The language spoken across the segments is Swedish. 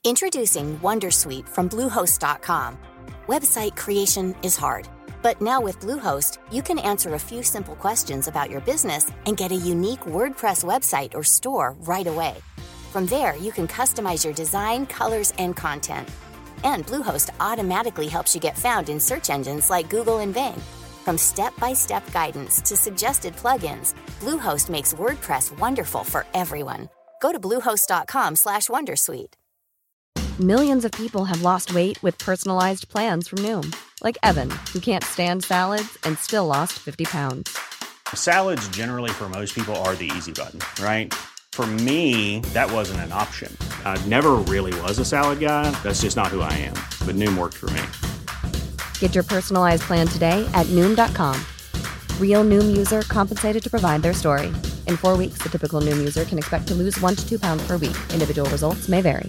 Introducing Wondersuite from Bluehost.com. Website creation is hard, but now with Bluehost, you can answer a few simple questions about your business and get a unique WordPress website or store right away. From there, you can customize your design, colors, and content. And Bluehost automatically helps you get found in search engines like Google and Bing. From step-by-step guidance to suggested plugins, Bluehost makes WordPress wonderful for everyone. Go to bluehost.com/wondersuite. Millions of people have lost weight with personalized plans from Noom. Like Evan, who can't stand salads and still lost 50 pounds. Salads generally for most people are the easy button, right? For me, that wasn't an option. I never really was a salad guy. That's just not who I am. But Noom worked for me. Get your personalized plan today at Noom.com. Real Noom user compensated to provide their story. In 4 weeks, the typical Noom user can expect to lose 1 to 2 pounds per week. Individual results may vary.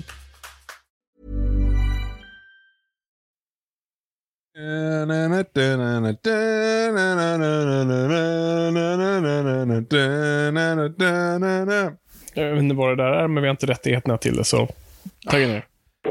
Jag vet inte vad det där är, men vi har inte rättigheterna till det, så tagga ner.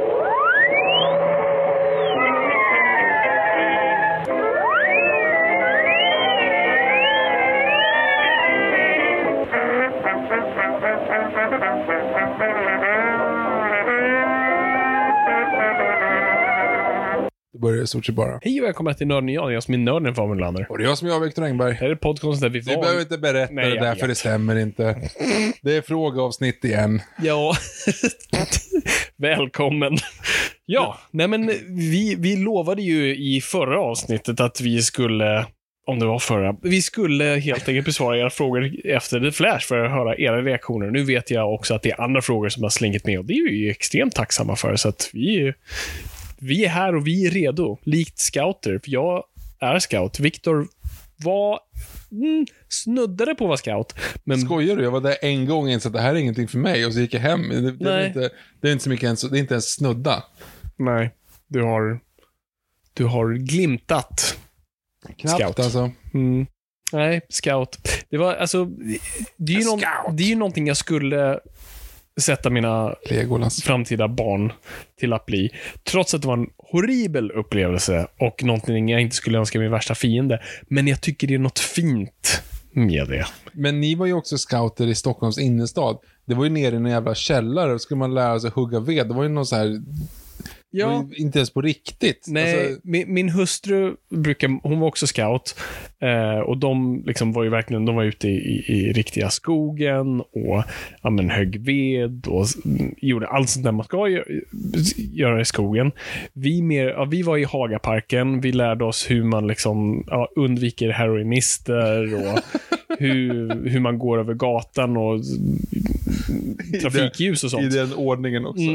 Det börjar i stort sett bara. Hej och välkomna till Nörden jag som är nörden för Lander. Och det är jag som är Viktor Engberg. Det är podcasten där vi Du behöver inte berätta det där, för det stämmer inte. Det är frågeavsnitt igen. Ja, välkommen. Ja, nej men vi lovade ju i förra avsnittet att vi skulle, om det var förra, vi skulle helt enkelt besvara era frågor efter The Flash för att höra era reaktioner. Nu vet jag också att det är andra frågor som har slängit med, och det är ju extremt tacksamma för, så att vi är här och vi är redo, likt scouter. För jag är scout. Viktor var snuddade på att vara scout. Men... Skojar du? Jag var där en gång och insåg att det här är ingenting för mig, och så gick jag hem. Det är inte så mycket ens, det är inte ens snudda. Nej, du har glimtat. Knappt scout. Alltså. Nej, scout. Det var alltså det är ju någonting jag skulle sätta mina Legolas framtida barn till att bli. Trots att det var en horribel upplevelse och någonting jag inte skulle önska min värsta fiende. Men jag tycker det är något fint med det. Men ni var ju också scouter i Stockholms innerstad. Det var ju nere i en jävla källare, och skulle man lära sig hugga ved. Det var ju någon så här... Ja. Inte ens på riktigt. Nej, alltså... min hustru hon var också scout, och de liksom var ju verkligen, de var ute i riktiga skogen och högg ved och gjorde allt sånt där man ska göra i skogen. Vi var i Hagaparken, vi lärde oss hur man liksom undviker heroinister och hur man går över gatan och trafikljus och sånt. I den ordningen också.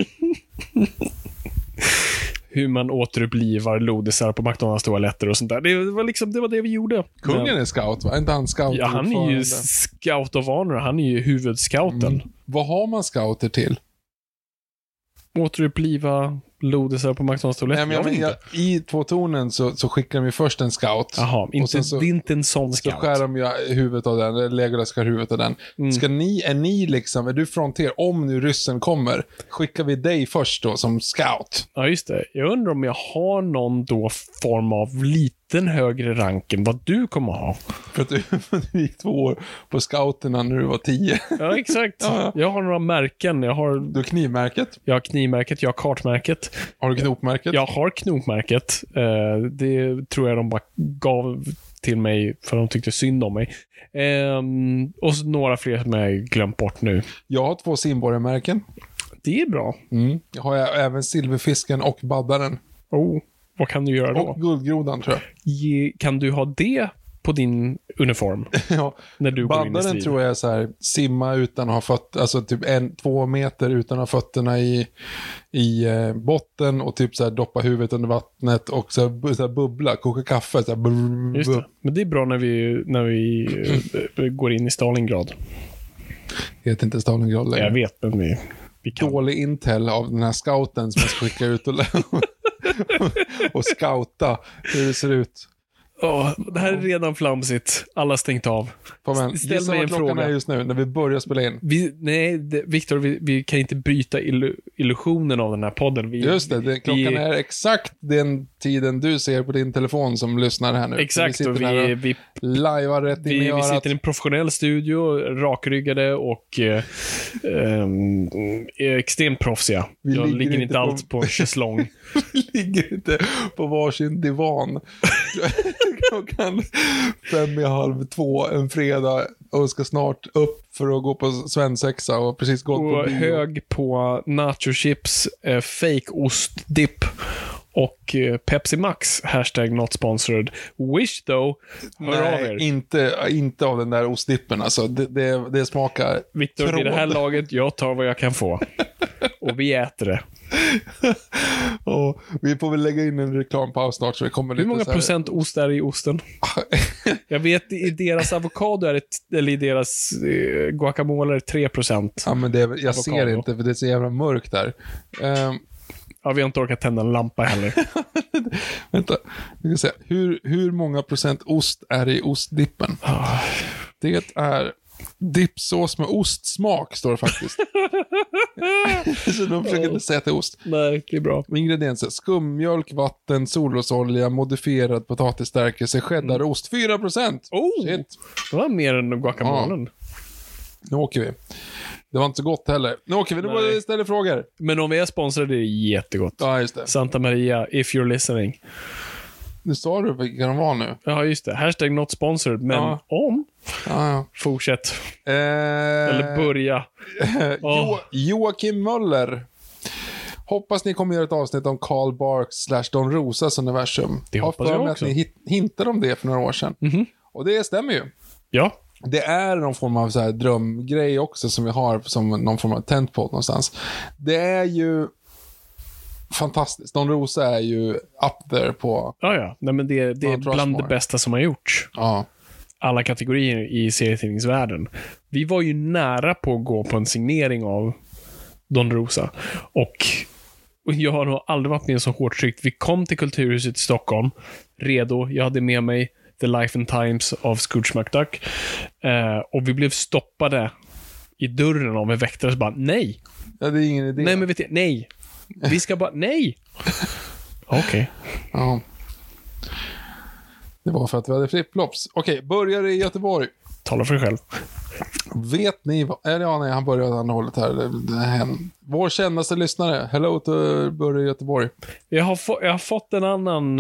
Hur man återupplivar lodisar på McDonalds toaletter och sånt där. Det var det vi gjorde. Kungen är scout, va? Inte han scout? Ja, han är ju scout of honor. Han är ju huvudscouten. Vad har man scouter till? Återuppliva lodisar på McDonalds toaletter. I Två tornen så skickar de ju först en scout. Jaha, det är inte en sån scout. Så skär de ju huvudet av den, eller Legolas skär huvudet av den. Är du fronter, om nu ryssen kommer, skickar vi dig först då som scout? Ja, just det. Jag undrar om jag har någon då form av liten högre rank än vad du kommer ha. För att du gick 2 år på scouterna när du var 10. Ja, exakt. Ja. Jag har några märken. Du har knivmärket? Jag har knivmärket, jag har kartmärket. Har du knopmärket? Jag har knopmärket. Det tror jag de bara gav till mig för de tyckte synd om mig. Och så några fler som jag glömt bort nu. Jag har 2 simborgarmärken. Det är bra. Jag har även silverfisken och baddaren. Vad kan du göra då? Och guldgrodan, tror jag. Kan du ha det på din uniform? Ja, när du går in i strid? Tror jag är så här, simma utan att ha fötter, alltså typ 1-2 meter utan att ha fötterna i botten, och typ så här doppa huvudet under vattnet och så här bubbla, koka kaffe så här, Just det. Men det är bra när vi går in i Stalingrad. Heter inte Stalingrad längre. Jag vet, men vi kan. Dålig intel av den här scouten som ska skicka ut och scouta hur det ser ut. Det här är redan flamsigt. Alla stängt av. Ställ mig en fråga. Är just nu när vi börjar spela in. Victor, vi kan inte bryta illusionen av den här podden. Just det, klockan är exakt den tiden du ser på din telefon som lyssnar här nu. Exakt, vi livear rätt in i örat. Vi sitter i en professionell studio, rakryggade och är extremt proffsiga. Jag ligger inte alls på en schäslong. Vi ligger inte på varsin divan. Klockan 1:30 en fredag och ska snart upp för att gå på svensexa och precis gått på bio. Hög på nacho chips, fake ostdipp och Pepsi Max, #not sponsored. Wish though, hör av er. Inte av den där ostdippen alltså. Det smakar Victor, i det här laget, jag tar vad jag kan få. Och vi äter det. Och vi får väl lägga in en reklampaus snart så vi kommer lite. Hur många procent ost är i osten? Jag vet i deras avokado eller i deras guacamole är 3%. Ja, men jag avokado. Ser inte för det är så jävla mörkt där. Ja, vi har inte orkat tända en lampa heller. Vänta, vi ska se. Hur många procent ost är i ostdippen? Det är dippsås med ostsmak, står det faktiskt. Så de försöker inte säga att det är ost. Nej, det är bra. Ingredienser: skummjölk, vatten, solrosolja, modifierad potatisstärkelse, cheddarost, 4%. Shit. Det var mer än guacamolen. Nu åker vi. Det var inte så gott heller. Nu åker vi, nu bara ställer frågor. Men om vi är sponsrade, det är jättegott. Ja, just det. Santa Maria, if you're listening. Nu sa du vilka de var nu. Ja, just det. #not sponsored, men om. Ja. Fortsätt. Eller börja. Joakim Möller. Hoppas ni kommer göra ett avsnitt om Carl Barks / Don Rosas universum. Det hoppas jag också. Att ni hintade om det för några år sedan. Mm-hmm. Och det stämmer ju. Ja. Det är någon form av så här drömgrej också som vi har som någon form av tentpole någonstans. Det är ju fantastiskt. Don Rosa är ju up there på... Ja. Nej, men det är bland det bästa som har gjorts. Ja. Alla kategorier i serietidningsvärlden. Vi var ju nära på att gå på en signering av Don Rosa. Och jag har nog aldrig varit med så hårt tryckt. Vi kom till Kulturhuset i Stockholm. Redo. Jag hade med mig The Life and Times av Scrooge McDuck. Och vi blev stoppade i dörren av en väktare som bara, nej. Ja, det är ingen idé. Nej, men vet du, nej. Vi ska bara, nej. Okej. Ja. Det var för att vi hade flipflops. Okej, börjar i Göteborg. Tala för dig själv. Vet ni vad... nej, han börjar åt andra hållet här. Vår kändaste lyssnare. Hello to Börje Göteborg. Jag har fått en annan...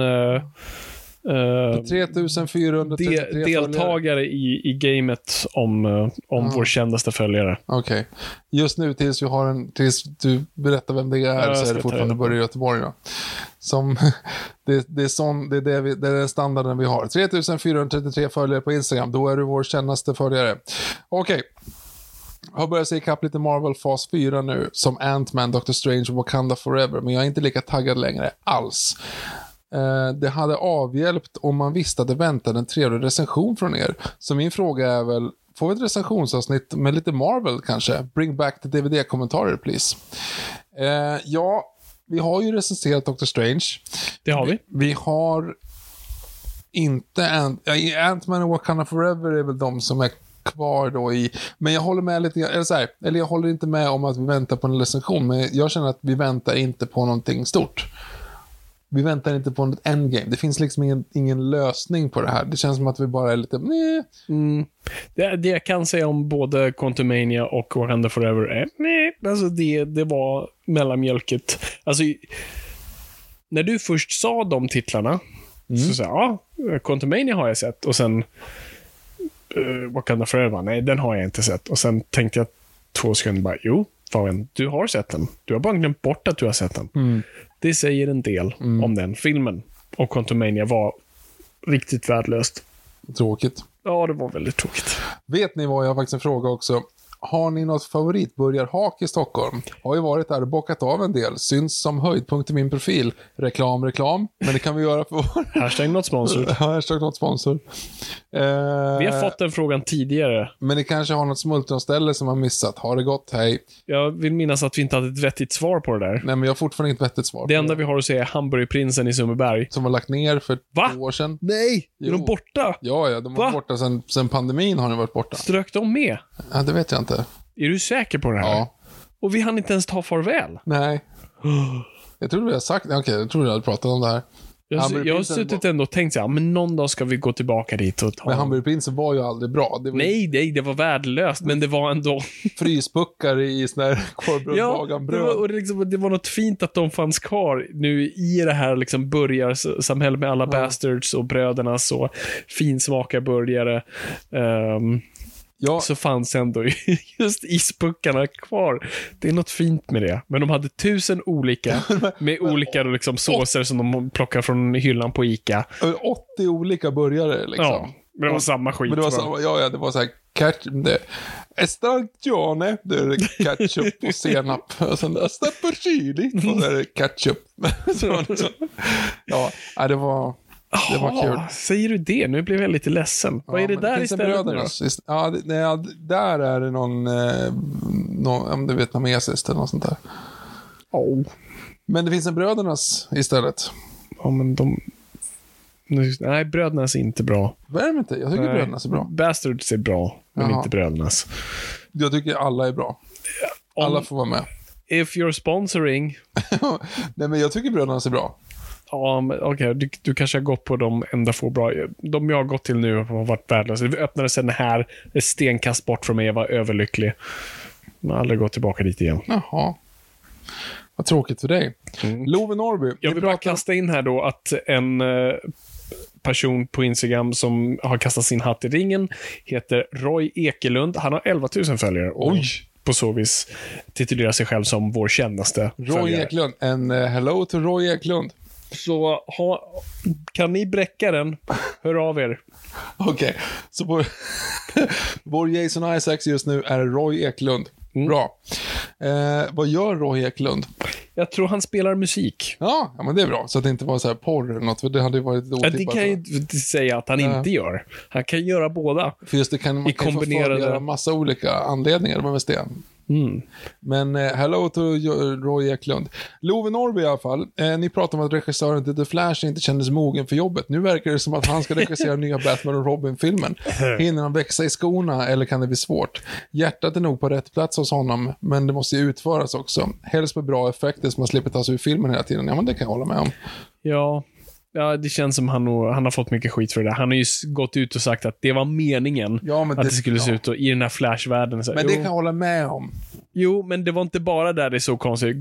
3433 deltagare i gamet om vår kändaste följare. Okej. Just nu tills du berättar vem det är så är det fortfarande Börje Göteborg då. Som det är den standarden vi har. 3433 följare på Instagram, då är du vår kändaste följare. Okej. Jag har börjat se ikapp lite Marvel Fas 4 nu som Ant-Man, Doctor Strange och Wakanda Forever, men jag är inte lika taggad längre alls. Det hade avhjälpt om man visste att det väntade en trevlig recension från er. Så min fråga är väl, får vi ett recensionsavsnitt med lite Marvel kanske? Bring back the DVD-kommentarer please. Ja, vi har ju recenserat Doctor Strange. Det har vi. Vi har inte Ant-Man och Wakanda Forever är väl de som är kvar då i, men jag håller med lite eller jag håller inte med om att vi väntar på en recension, men jag känner att vi väntar inte på någonting stort. Vi väntar inte på något endgame. Det finns liksom ingen lösning på det här. Det känns som att vi bara är lite... Det jag kan säga om både Quantumania och Wakanda Forever är... Alltså det var mellanmjölket. Alltså, när du först sa de titlarna så sa jag, Quantumania har jag sett. Och sen Wakanda Forever, nej, den har jag inte sett. Och sen tänkte jag 2 sekunder bara, fan, du har sett den. Du har bara glömt bort att du har sett den. Det säger en del om den filmen. Och Quantumania var riktigt värdelöst. Tråkigt. Ja, det var väldigt tråkigt. Vet ni vad, jag har faktiskt en fråga också. Har ni något favoritburgarhak i Stockholm? Har ju varit där och bockat av en del. Syns som höjdpunkt i min profil. Reklam. Men det kan vi göra för Hashtag not sponsored. Hashtag not sponsored. Vi har fått den frågan tidigare. Men ni kanske har något smultronställe som har missat. Har det gått? Hej. Jag vill minnas att vi inte hade ett vettigt svar på det där. Nej, men jag har fortfarande inte vettigt svar. Det enda vi har att säga är Hamburgerprinsen i Sundbyberg. Som har lagt ner för Va? 2 år sedan. Nej, är de borta? Ja, de var borta sen pandemin har de varit borta. Strök de med? Ja, det vet jag inte. Är du säker på det här? Ja. Och vi hann inte ens ta farväl. Nej. Jag tror vi har sagt, okej, jag tror vi hade pratat om det här. Jag har suttit ändå och tänkt så här, men någon dag ska vi gå tillbaka dit och ta... Men Hamburgerprinsen var ju aldrig bra. Det var Nej, det var värdelöst, men det var ändå... fryspuckar i sån här korvbröd. Det var något fint att de fanns kvar nu i det här liksom burgarsamhället med alla bastards och brödernas och finsmakarburgare. Så fanns ändå just ispuckarna kvar. Det är något fint med det. Men de hade 1000 olika med olika liksom såser som de plockar från hyllan på Ica. 80 olika burgare liksom. Ja, men det var samma skit. Men det var samma, det var så här Estagione, det är ketchup och senap. Och sen Staperchili och så är det ketchup. Det var kul. Säger du det? Nu blev jag lite ledsen. Vad är det där istället nu då? Där är det någon om det är vietnamesiskt eller något sånt där. Men det finns en brödernas istället. Ja, men nej, brödernas är inte bra. Vad är det inte? Jag tycker brödernas är bra. Bastards är bra, men inte brödernas. Jag tycker alla är bra. Alla får vara med. If you're sponsoring. Nej, men jag tycker brödernas är bra. Ja, men okej. Du kanske har gått på de enda få bra. De jag har gått till nu har varit värdelösa. Vi öppnade sen här, ett stenkast bort från mig. Jag var överlycklig. Men aldrig gått tillbaka dit igen. Jaha. Vad tråkigt för dig. Love Norby. Jag vill bara kasta in här då att en person på Instagram som har kastat sin hatt i ringen heter Roy Ekelund. Han har 11 000 följare. Oj! På så vis titulerar sig själv som vår kändaste Roy Eklund. En hello to Roy Eklund. Så kan ni bräcka den? Hör av er. Okej. Så vår Jason Isaacs just nu är Roy Eklund. Bra. Vad gör Roy Eklund? Jag tror han spelar musik. Ja, men det är bra. Så att det inte var så här porr eller något. För det hade ju varit otippat. Det kan jag inte säga att han inte gör. Han kan göra båda. För just det man kan få göra massa olika anledningar. Det var mest det. Men hello to Roy Eklund. Love Norby i alla fall. Ni pratar om att regissören till The Flash inte kändes mogen för jobbet. Nu verkar det som att han ska regissera nya Batman och Robin-filmen. Hinner han växa i skorna eller kan det bli svårt? Hjärtat är nog på rätt plats hos honom, men det måste ju utföras också. Helst med bra effekter som man slipper ta sig ur filmen hela tiden. Ja, men det kan jag hålla med om. Ja, det känns som han har fått mycket skit för det där. Han har ju gått ut och sagt att det var meningen att det skulle se ut i den här Flash-världen. Men det kan jag hålla med om. Jo, men det var inte bara där det är så konstigt.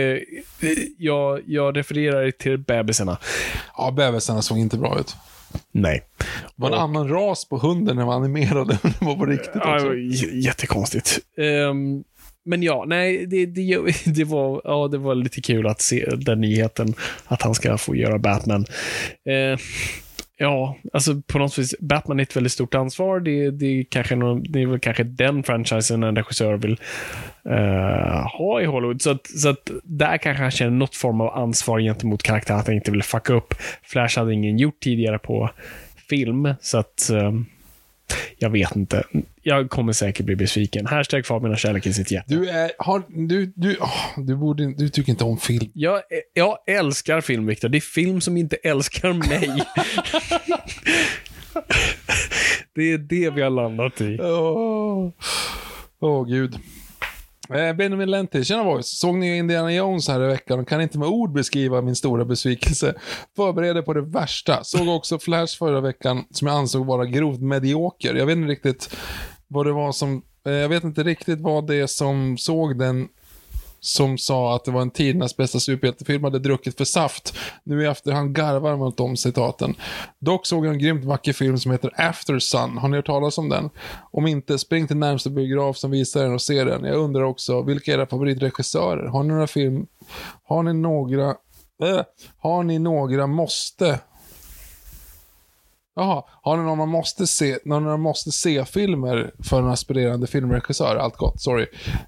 Jag refererar till bebisarna. Ja, bebisarna såg inte bra ut. Nej. Var en annan ras på hunden när man animerade. Det var på riktigt också. Ja, jättekonstigt. Men ja, nej, det var lite kul att se den nyheten att han ska få göra Batman. Ja, alltså på något vis, Batman är ett väldigt stort ansvar. Det är väl kanske den franchisen en regissör vill ha i Hollywood. Så att där kanske han känner något form av ansvar gentemot karaktären att han inte vill fucka upp. Flash hade ingen gjort tidigare på film, så att jag vet inte. Jag kommer säkert bli besviken. Hashtag Fabian och kärlek i sitt hjärta. Du tycker inte om film. Jag älskar film, Victor. Det är film som inte älskar mig. Det är det vi har landat i. Gud. Benjamin Lenti, tjena boys. Såg ni Indiana Jones här i veckan och kan inte med ord beskriva min stora besvikelse. Förbereder på det värsta. Såg också Flash förra veckan som jag ansåg vara grovt medioker. Jag vet inte riktigt vad det var som... Jag vet inte riktigt vad det som såg den som sa att det var en tidernas bästa superhjältefilm hade druckit för saft. Nu i efterhand garvar man åt de citaten. Dock såg jag en grymt vacker film som heter After Sun. Har ni hört talas om den? Om inte, spring till närmsta biograf som visar den och ser den. Jag undrar också, vilka är era favoritregissörer? Har ni några måste Jaha, har ni någon man måste se filmer för en aspirerande filmregissör? Allt gott, sorry.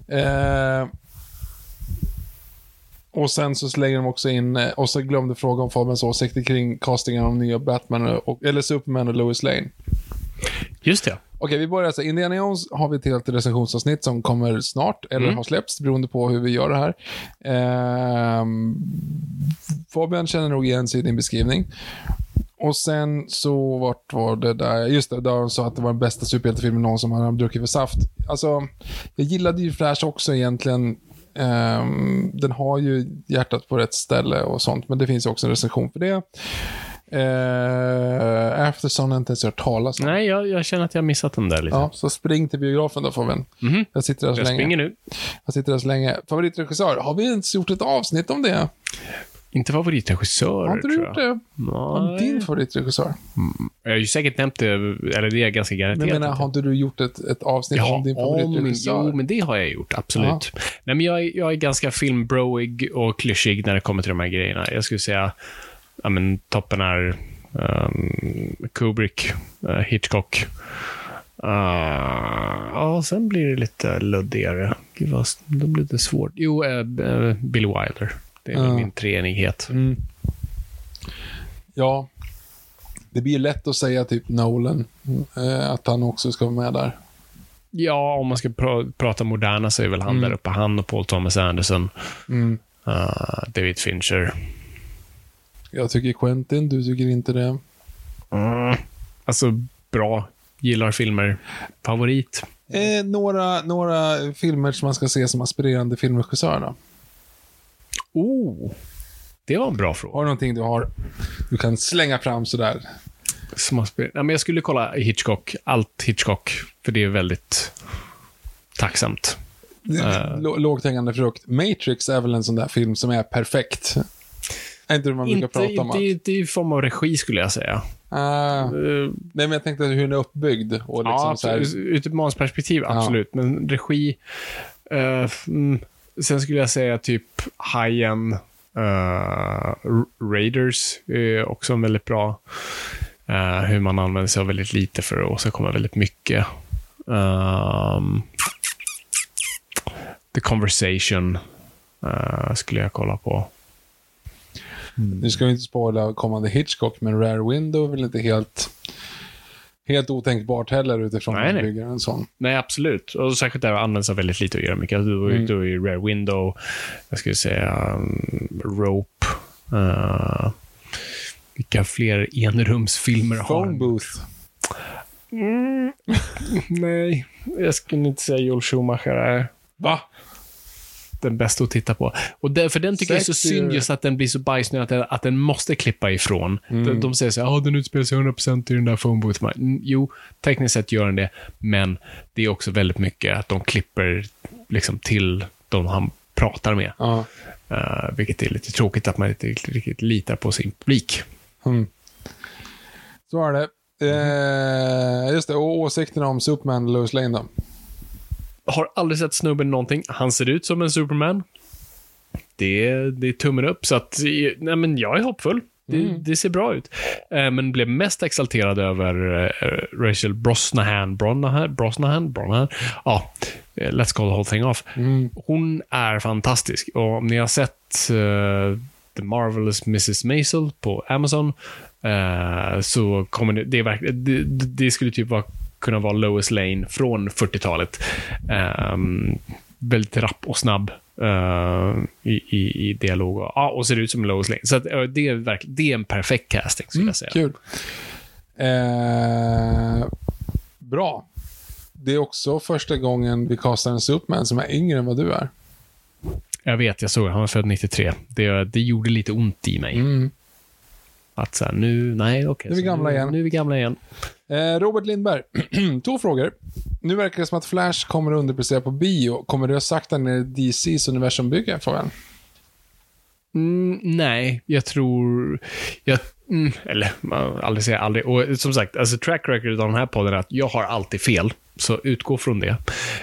Och sen så slänger de också in, och så glömde fråga om Fabians åsikter kring castingen av nya Batman eller Superman och Lois Lane. Just det. Okej, vi börjar så. Indiana Jones har vi ett helt recensionsavsnitt som kommer snart, eller har släppts, beroende på hur vi gör det här. Fabian känner nog igen sig i din beskrivning. Och sen så, vart var det där? Just det, där de sa att det var den bästa superhjältefilmen någon som hade druckit för saft. Alltså, jag gillade ju Flash också egentligen. Den har ju hjärtat på rätt ställe och sånt, men det finns också en recension för det. Aftersun har inte ens hört talas om. Nej, jag känner att jag har missat den där lite. Ja, så spring till biografen då, Fabian. Jag sitter där så jag länge. springer nu. Jag sitter där så länge. Favoritregissör, har vi ens gjort ett avsnitt om det? Inte favoritregissör, Har inte du gjort det? Om din favoritregissör? Jag har ju säkert nämnt det, eller det är ganska garanterat. Men har inte du gjort ett avsnitt om din favoritregissör? Jo, men det har jag gjort, absolut. Ja. Nej, men jag är ganska filmbroig och klyschig när det kommer till de här grejerna. Jag skulle säga, ja, men toppen är Kubrick, Hitchcock. Ja, sen blir det lite luddigare. Gud, det blir lite svårt. Jo, Billy Wilder. Det är min treenighet. Ja, det blir lätt att säga typ Nolan, att han också ska vara med där. Ja, om man ska prata moderna så är väl han där uppe. Han och Paul Thomas Anderson. David Fincher. Jag tycker Quentin, du tycker inte det? Alltså, bra. Gillar filmer. Favorit? Några filmer som man ska se som aspirerande filmregissör då? Det var en bra fråga. Har du någonting du kan slänga fram sådär? Men jag skulle kolla Hitchcock. Allt Hitchcock. För det är väldigt tacksamt. Lågt hängande frukt. Matrix är väl en sån där film som är perfekt. Är inte det man brukar prata om? Det är i form av regi skulle jag säga. Nej, men jag tänkte hur den är uppbyggd. Och liksom ja, så här... utifrån mansperspektiv, absolut. Ja. Men regi... sen skulle jag säga typ High-End Raiders är också väldigt bra. Hur man använder sig av väldigt lite för att åstadkomma väldigt mycket. The Conversation skulle jag kolla på. Nu ska vi inte spoila kommande Hitchcock, men Rare Window är väl inte helt otänkbart heller utifrån att bygga en sån. Nej, absolut. Och särskilt där används av väldigt lite att göra mycket. Då är Rare Window, jag skulle säga Rope. Vilka fler enrumsfilmer har Phone Booth. Nej, jag skulle inte säga Joel Schumacher är... Va? Den bästa att titta på. Och för den tycker jag är så synd just att den blir så bajsnödig att den måste klippa ifrån. De säger så här, den utspelar sig 100% i den där phone booth. Jo, tekniskt sett gör den det, men det är också väldigt mycket att de klipper liksom till de han pratar med. Vilket är lite tråkigt att man inte riktigt litar på sin publik. Så är det. Just det, och åsikterna om Superman och Lois Lane då? Har aldrig sett snubben någonting. Han ser ut som en Superman. Det är tummen upp. Så att, nej, men jag är hoppfull. Det ser bra ut. Men blev mest exalterad över Rachel Brosnahan. Ja, let's call the whole thing off. Hon är fantastisk. Och om ni har sett The Marvelous Mrs. Maisel på Amazon, så kommer det skulle typ kunna vara Lois Lane från 40-talet. Väldigt rapp och snabb i dialog. Och ser ut som Lois Lane. Så att, det är en perfekt casting, skulle jag säga. Kul. Bra. Det är också första gången vi castar en Superman som är yngre än vad du är. Jag vet, jag såg han var född 93. Det gjorde lite ont i mig. Att så här, nu är vi gamla igen. Robert Lindberg, 2 frågor. Nu verkar det som att Flash kommer att underprestera på bio. Kommer du ha sagt att när DCs universum bygger, Fabian? Nej, jag tror... eller, man aldrig säger aldrig. Och som sagt, alltså track record av den här podden är att jag har alltid fel. Så utgå från det.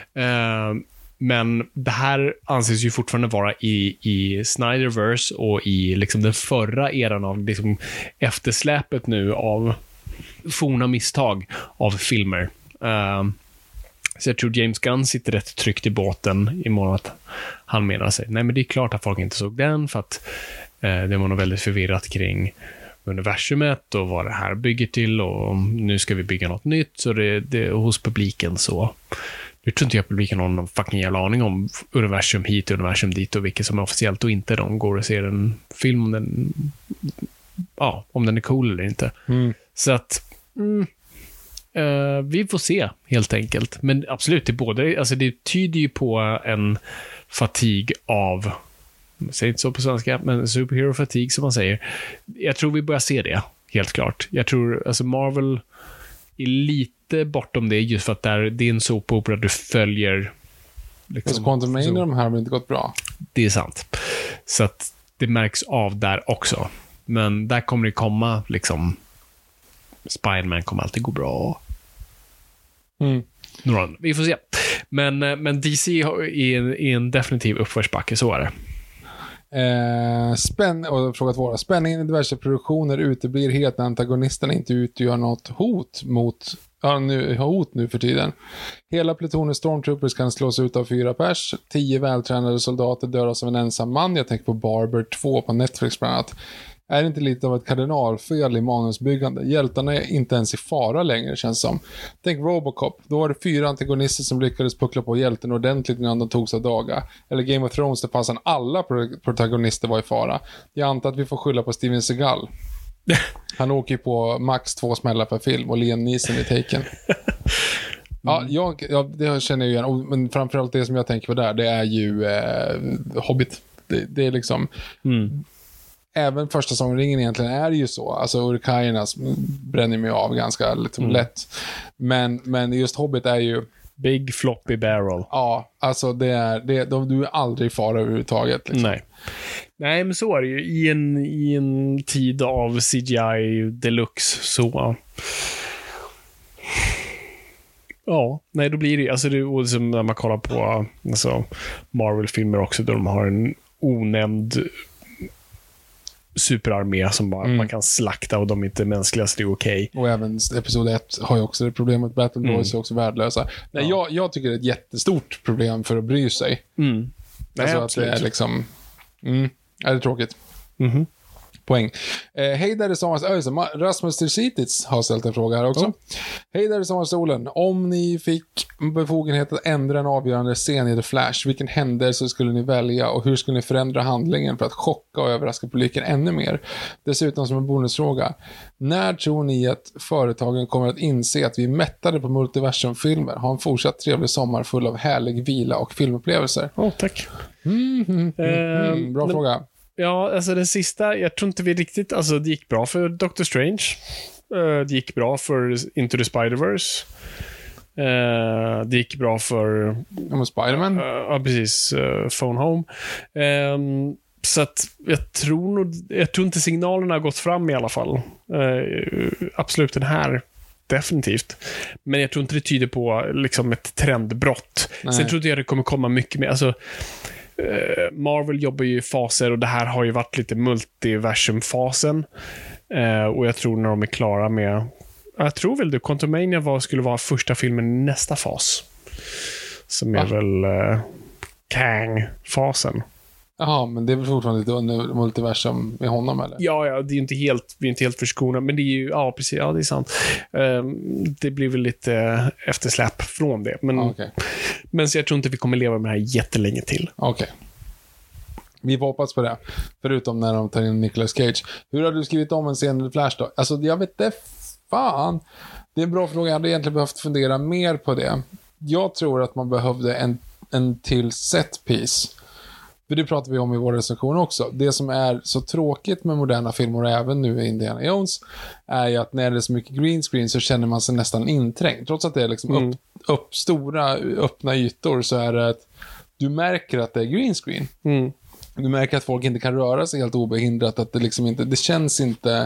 Men det här anses ju fortfarande vara i Snyderverse och i liksom den förra eran av liksom eftersläpet nu av forna misstag av filmer. Så jag tror James Gunn sitter rätt tryggt i båten i mån att han menar sig. Nej, men det är klart att folk inte såg den för att det var nog väldigt förvirrat kring universumet och vad det här bygger till och nu ska vi bygga något nytt så det hos publiken så. Nu tror inte jag publiken har någon fucking jävla aning om universum hit och universum dit och vilket som är officiellt och inte. De går och ser en film om den är cool eller inte. Så att vi får se helt enkelt. Men absolut, det tyder ju på en fatigue av, jag säger inte så på svenska, men superhero fatigue som man säger. Jag tror vi börjar se det, helt klart. Jag tror, alltså Marvel är lite bortom det just för att det är en såpopera du följer liksom, alltså Quantumania de här har inte gått bra. Det är sant. Så att det märks av där också. Men där kommer det komma liksom, Spider-Man kommer alltid gå bra. Vi får se. Men DC är en definitiv uppförsbacke, så är det. Fråga 2. Spänningen i diverse produktioner uteblir helt när antagonisterna inte utgör något hot nu för tiden. Hela plutonen Stormtroopers kan slås ut av 4 pers. 10 vältränade soldater dödas av en ensam man. Jag tänker på Barber 2 på Netflix bland annat. Är det inte lite av ett kardinalfel i manusbyggande? Hjältarna är inte ens i fara längre, känns som. Tänk Robocop. Då var det 4 antagonister som lyckades puckla på hjälten ordentligt innan de togs av daga. Eller Game of Thrones, där passade alla protagonister var i fara. Jag antar att vi får skylla på Steven Seagal. Han åker ju på max 2 smällar per film och Liam Neeson i Taken. Ja, det känner jag igen. Men framförallt det som jag tänker på där, det är ju Hobbit. Det är liksom... Även första sångringen egentligen är ju så. Alltså Urkajerna bränner mig av ganska lätt. Men just Hobbit är ju... Big floppy barrel. Ja, alltså du är aldrig i fara överhuvudtaget. Liksom. Nej, men så är det ju. I en tid av CGI deluxe så... Ja, nej då blir det... Alltså det är som när man kollar på alltså, Marvel-filmer också där de har en onämnd superarmé som bara man kan slakta och de är inte mänskliga så det är okej. Och även episod 1 har ju också det problemet. Battle Droids är också värdelösa. Nej, jag tycker det är ett jättestort problem för att bry sig. Nej, alltså absolut. att det är liksom... är det tråkigt. Poäng. Hej där i sommarstolen. Rasmus Tercitits har ställt en fråga här också. Hej där i sommarstolen. Om ni fick befogenhet att ändra en avgörande scen i The Flash, vilken händelse skulle ni välja och hur skulle ni förändra handlingen för att chocka och överraska publiken ännu mer? Dessutom som en bonusfråga. När tror ni att företagen kommer att inse att vi är mättade på multiversumfilmer? Ha en fortsatt trevlig sommar full av härlig vila och filmupplevelser. Tack. Bra fråga. Ja, alltså den sista, jag tror inte vi riktigt, alltså det gick bra för Doctor Strange. Det gick bra för Into the Spider-Verse. Det gick bra för Spider-Man. Ja, precis. Phone Home. Så att jag tror inte signalerna har gått fram i alla fall. Absolut den här. Definitivt. Men jag tror inte det tyder på liksom ett trendbrott. Nej. Sen tror inte jag det kommer komma mycket mer. Alltså Marvel jobbar ju i faser och det här har ju varit lite multiversumfasen. Och jag tror när de är klara med, jag tror väl det Quantumania skulle vara första filmen i nästa fas. Som är väl Kang-fasen. Jaha, men det är väl fortfarande lite under multiversum med honom eller? Ja, det är inte helt, vi är inte helt förskonade, men det är ju, ja precis, ja det är sant. Det blir väl lite eftersläpp från det, men men så jag tror inte vi kommer leva med det här jättelänge till. Okej. Vi får hoppas på det. Förutom när de tar in Nicolas Cage. Hur har du skrivit om en scen i Flash då? Alltså jag vet inte, fan. Det är en bra fråga, jag hade egentligen behövt fundera mer på det. Jag tror att man behövde en till setpiece. För det pratar vi om i vår recension också. Det som är så tråkigt med moderna filmer, även nu i Indiana Jones, är ju att när det är så mycket green screen så känner man sig nästan inträngd. Trots att det är liksom upp stora öppna ytor så är det att du märker att det är green screen. Du märker att folk inte kan röra sig helt obehindrat, att det liksom inte, det känns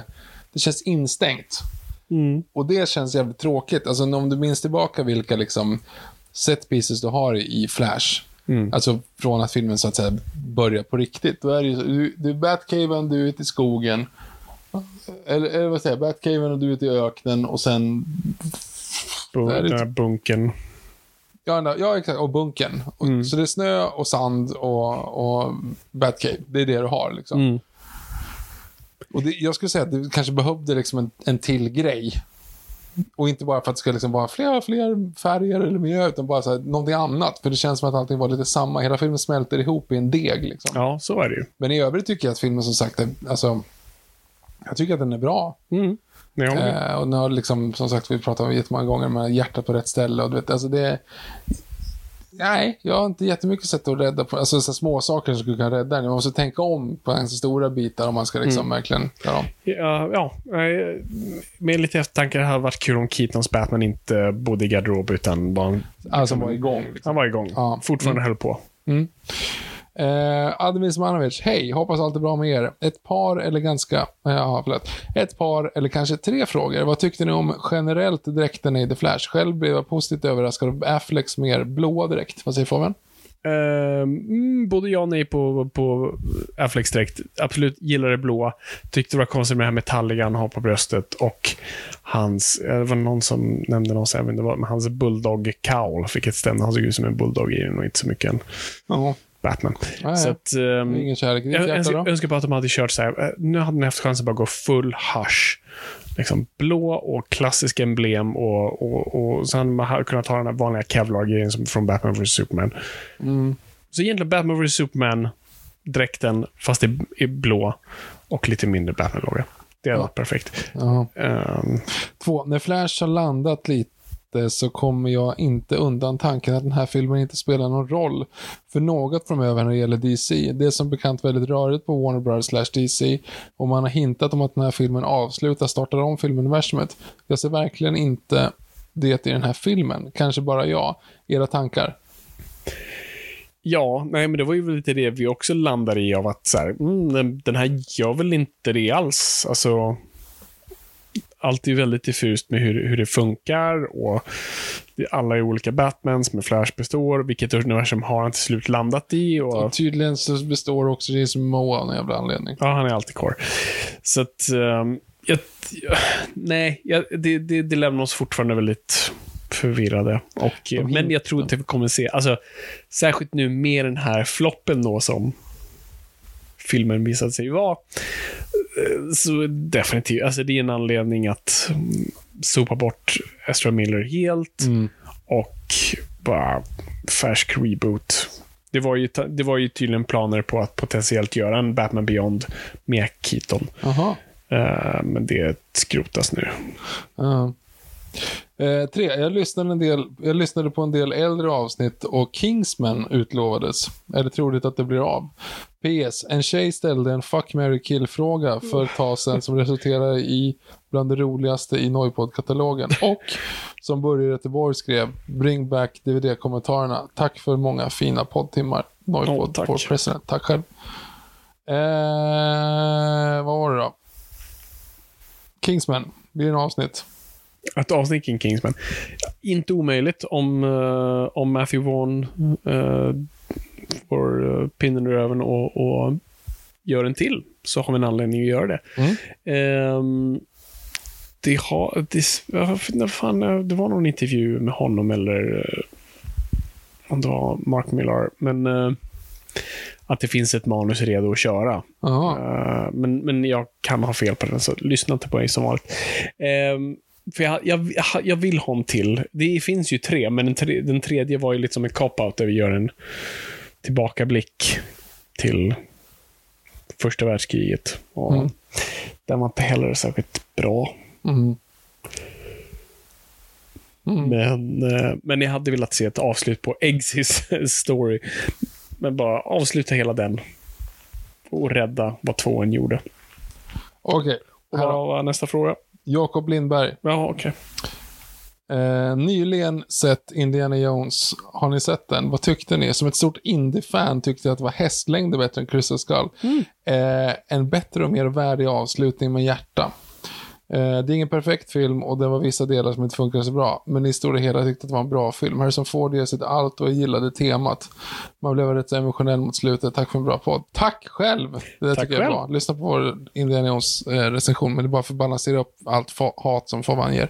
instängt. Och det känns jävligt tråkigt. Alltså om du minns tillbaka vilka liksom set pieces du har i Flash. Alltså från att filmen så att säga börjar på riktigt. Då är det ju, du är Batcaven, du är ute i skogen Eller vad säger jag? Batcaven och du är ute i öknen och sen... Den här bunken. Ja, exakt. Och bunken. Så det är snö och sand och Batcave. Det är det du har liksom. Och jag skulle säga att du kanske behövde liksom en till grej. Och inte bara för att det ska liksom vara fler färger eller miljö, utan bara så här, någonting annat. För det känns som att allting var lite samma. Hela filmen smälter ihop i en deg liksom. Ja, så är det ju. Men i övrigt tycker jag att filmen som sagt alltså, jag tycker att den är bra. Och nu har liksom, som sagt, vi pratat om jättemånga gånger med hjärtat på rätt ställe och du vet, alltså det... Nej, jag har inte jättemycket sätt att rädda på, alltså så små saker som skulle kunna rädda den. Man måste tänka om på en så stora bitar om man ska liksom verkligen göra om. Ja, med lite eftertanke hade det varit kul om Keatons Batman inte bodde i garderob utan bara... Alltså var igång. Liksom. Han var igång. Ja. Fortfarande höll på. Admin Smanovic, hej, hoppas allt är bra med er. Ett par eller kanske 3 frågor. Vad tyckte ni om generellt dräkten i The Flash? Själv blev jag positivt överraskad av Afflecks mer blåa dräkt. Vad säger Fabian? Både jag och nej på Afflecks dräkt. Absolut gillar det blåa. Tyckte det var konstigt med det här metalliga han har på bröstet och hans, det var någon som nämnde någon även det var med hans bulldog cowl, fick ett stämma. Han såg ut som en bulldog i den och inte så mycket en Batman. Så att, ingen kärlek i ditt hjärta då? Jag önskar bara att de hade kört så här. Nu hade de haft chansen att bara gå full hush. Liksom blå och klassiska emblem och så hade man kunnat ta den här vanliga Kevlar-grejen som från Batman vs Superman. Så egentligen Batman vs Superman dräkten fast det är blå och lite mindre Batman-logga. Det är perfekt. 2. När Flash har landat lite så kommer jag inte undan tanken att den här filmen inte spelar någon roll för något framöver när det gäller DC. Det är som bekant väldigt rörigt på Warner Bros. /DC och man har hintat om att den här filmen startar om filmuniversumet. Jag ser verkligen inte det i den här filmen. Kanske bara jag. Era tankar? Ja, nej men det var ju lite det vi också landade i av att så här, den här gör väl inte det alls. Alltså allt är väldigt diffust med hur det funkar och alla är olika Batmans med Flash består, vilket universum har han till slut landat i och tydligen så består också Jason Momoa av en jävla anledning. Ja, han är alltid kvar. Så att det lämnar oss fortfarande väldigt förvirrade men jag tror inte vi kommer se, alltså särskilt nu med den här floppen då som filmen visade sig vara, så definitivt, alltså det är en anledning att sopa bort Ezra Miller helt och bara färsk reboot. Det var ju tydligen planer på att potentiellt göra en Batman Beyond med Keaton. Men det skrotas nu. 3. Jag lyssnade på en del äldre avsnitt och Kingsman utlovades. Är det troligt att det blir av? PS. En tjej ställde en fuck, marry, kill-fråga för ett tag sedan som resulterade i bland det roligaste i Noipod-katalogen. Och som Börje Göteborg skrev, bring back DVD-kommentarerna. Tack för många fina poddtimmar. Noipod for president. Tack själv. Vad var det då? Kingsman. Blir det en avsnitt? Ett avsnitt kring Kingsman. Inte omöjligt om Matthew Vaughn får pinnen ur öven och gör en till, så har vi en anledning att göra det. Det var någon intervju med honom eller om det var Mark Millar, men att det finns ett manus redo att köra. Men jag kan ha fel på den, så lyssna inte på mig som vanligt. För jag vill ha en till. Det finns ju 3, men den tredje var ju lite som en cop-out där vi gör en tillbakablick till första världskriget. Och den var inte heller särskilt bra. Men jag hade velat se ett avslut på Eggsy's story. Men bara avsluta hela den och rädda vad 2:an gjorde. Okej. Och vad var nästa fråga? Jakob Lindberg. Ja, okej. Nyligen sett Indiana Jones. Har ni sett den? Vad tyckte ni? Som ett stort indie-fan tyckte jag att det var hästlängder bättre än Crystal Skull. En bättre och mer värdig avslutning med hjärta. Det är ingen perfekt film och det var vissa delar som inte funkar så bra. Men i stora hela tyckte att det var en bra film. Harrison Ford ger sitt allt och jag gillade temat. Man blev rätt emotionell mot slutet. Tack för en bra podd. Tack själv! Det Tack tycker jag är själv. bra. Lyssna på vår Indiana Jones recension. Men det är bara för att balansera upp allt hat som Fabian ger.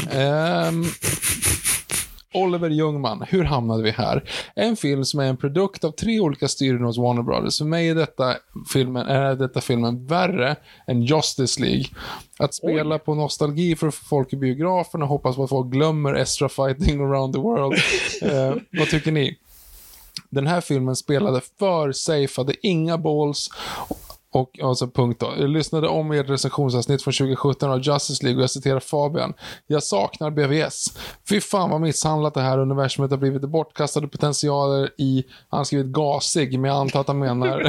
Oliver Ljungman, hur hamnade vi här? En film som är en produkt av 3 olika styren hos Warner Brothers. För mig är detta filmen värre än Justice League. Att spela på nostalgi för folk i biografen och hoppas på att folk glömmer Ezra fighting around the world. Vad tycker ni? Den här filmen spelade för safe, hade inga balls. Och alltså punkt då. Jag lyssnade om ert recensionsavsnitt från 2017 av Justice League och jag citerar Fabian. Jag saknar BVS. Fy fan vad misshandlat det här universumet har blivit, bortkastade potentialer i, han har skrivit gasig, men jag antar att han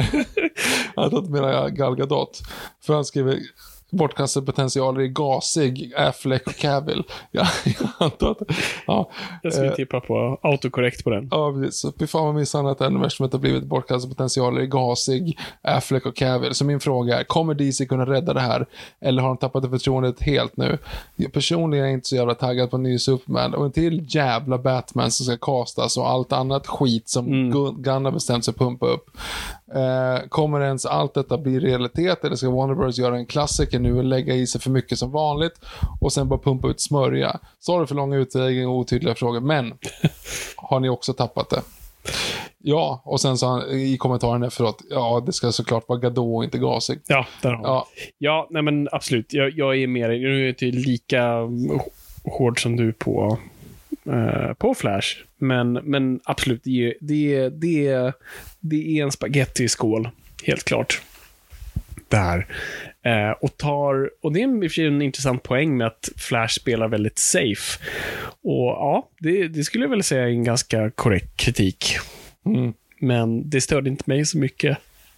menar Gal Gadot. För han skriver bortkastade potentialer i gasig, Affleck och Cavill. Jag antar att, ja. Jag skulle tippa på autokorrekt på den. Ja, precis. Så fy fan vad misshandlat det här universumet har blivit, bortkastade potentialer i gasig, Affleck och Cavill. Så min fråga är, kommer DC kunna rädda det här? Eller har de tappat det förtroendet helt nu? Jag personligen är inte så jävla taggad på en ny Superman. Och en till jävla Batman som ska kastas och allt annat skit som Gunn har bestämt sig pumpa upp. Kommer ens allt detta bli realitet, eller ska Warner Bros göra en klassiker nu och lägga i sig för mycket som vanligt och sen bara pumpa ut smörja? Sorry för långa utläggningar och otydliga frågor, men har ni också tappat det? Ja, och sen sa han i kommentaren efteråt, ja, det ska såklart vara Gadot och inte gasig. Ja, där har Ja. Ja, nej men absolut. Jag är mer, nu är jag inte lika hård som du på Flash. Men absolut, det är en spaghetti-skål, helt klart. Där. Och det är i och för sig en intressant poäng med att Flash spelar väldigt safe. Och ja, det skulle jag väl säga är en ganska korrekt kritik. Men det störde inte mig så mycket.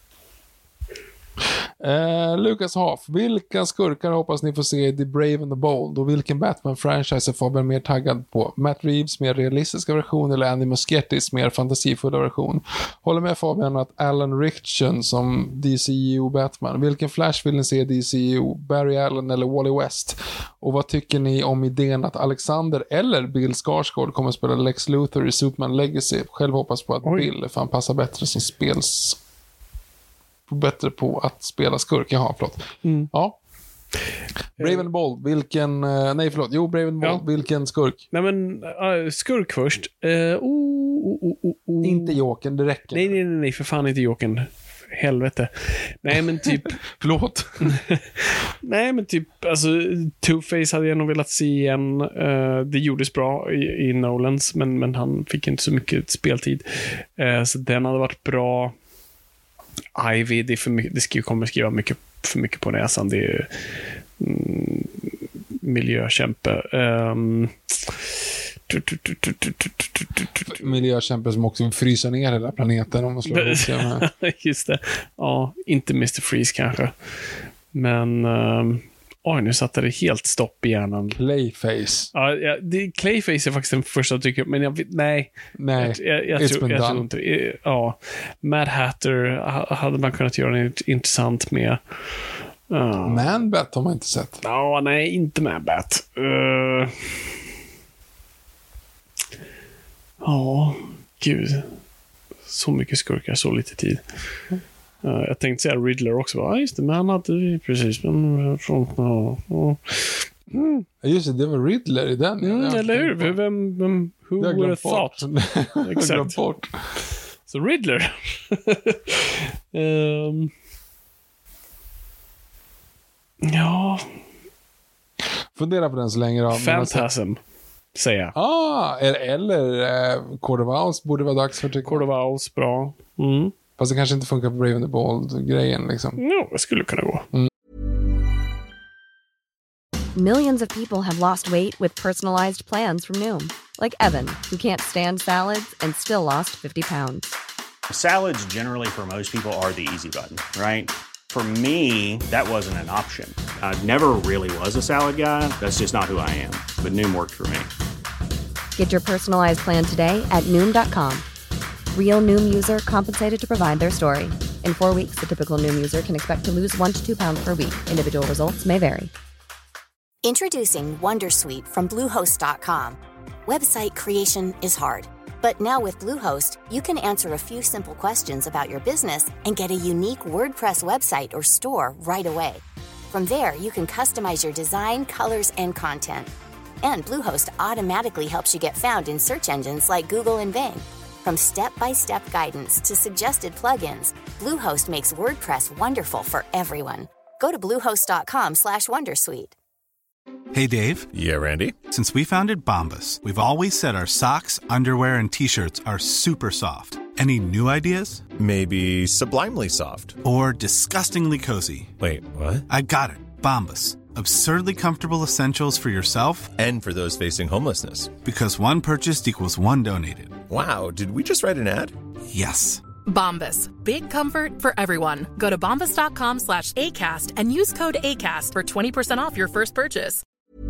Lucas Haff, vilka skurkar hoppas ni får se i The Brave and the Bold och vilken Batman-franchise är Fabian mer taggad på? Matt Reeves mer realistiska version eller Andy Muschietis mer fantasifulla version? Håller med Fabian att Alan Ritchson som DCU Batman. Vilken Flash vill ni se i DCU? Barry Allen eller Wally West? Och vad tycker ni om idén att Alexander eller Bill Skarsgård kommer att spela Lex Luthor i Superman Legacy? Själv hoppas på att Bill fan passar bättre som bättre på att spela skurk. Jaha, förlåt. Ja. Brave and Bold, vilken... Brave and Bold, vilken skurk? Nej men, skurk först. Inte Jokern, det räcker. Nej, för fan inte Jokern. Helvete. Nej men typ... Förlåt. Nej men typ, alltså Two-Face hade jag nog velat se igen. Det gjordes bra i Nolans, men han fick inte så mycket speltid. Så den hade varit bra. Ivy, det är för mycket, det kommer skriva mycket för mycket på näsan. Det är miljökämpe. Miljökämpe som också vill frysa ner hela planeten om man slår ihop det. Just det. Ja, inte Mr. Freeze kanske. Men nu satte det helt stopp i hjärnan. Clayface. Ja, Clayface är faktiskt den första jag tycker, men nej. Jag tror inte. Ja, Mad Hatter hade man kunnat göra något intressant med. Man-Bat har man inte sett. Ja, nej, inte Man-Bat. Gud. Så mycket skurkar, så lite tid. Jag tänkte säga Riddler också. Ja, just det, men han hade precis. Just det var Riddler i den. Eller hur? Who would have thought? Exakt. Så Riddler. Ja. Fundera på den så länge då. Fantasm, säger jag. Eller Court of Owls borde vara dags för tycker. Court of Owls, bra. Fast det kanske inte funkar på Brave and the Bold-grejen liksom. Det skulle kunna gå. Millions of people have lost weight with personalized plans from Noom. Like Evan, who can't stand salads and still lost 50 pounds. Salads generally for most people are the easy button, right? For me, that wasn't an option. I never really was a salad guy. That's just not who I am. But Noom worked for me. Get your personalized plan today at Noom.com. Real Noom user compensated to provide their story. In 4 weeks, the typical Noom user can expect to lose 1 to 2 pounds per week. Individual results may vary. Introducing Wondersuite from Bluehost.com. Website creation is hard, but now with Bluehost, you can answer a few simple questions about your business and get a unique WordPress website or store right away. From there, you can customize your design, colors, and content. And Bluehost automatically helps you get found in search engines like Google and Bing. From step-by-step guidance to suggested plugins, Bluehost makes WordPress wonderful for everyone. Go to bluehost.com/wondersuite. Hey, Dave. Yeah, Randy. Since we founded Bombas, we've always said our socks, underwear, and T-shirts are super soft. Any new ideas? Maybe sublimely soft. Or disgustingly cozy. Wait, what? I got it. Bombas. Absurdly comfortable essentials for yourself And for those facing homelessness. because one purchased equals one donated. Wow, did we just write an ad? Yes. Bombas. Big comfort for everyone. Go to bombas.com/ACAST and use code ACAST for 20% off your first purchase.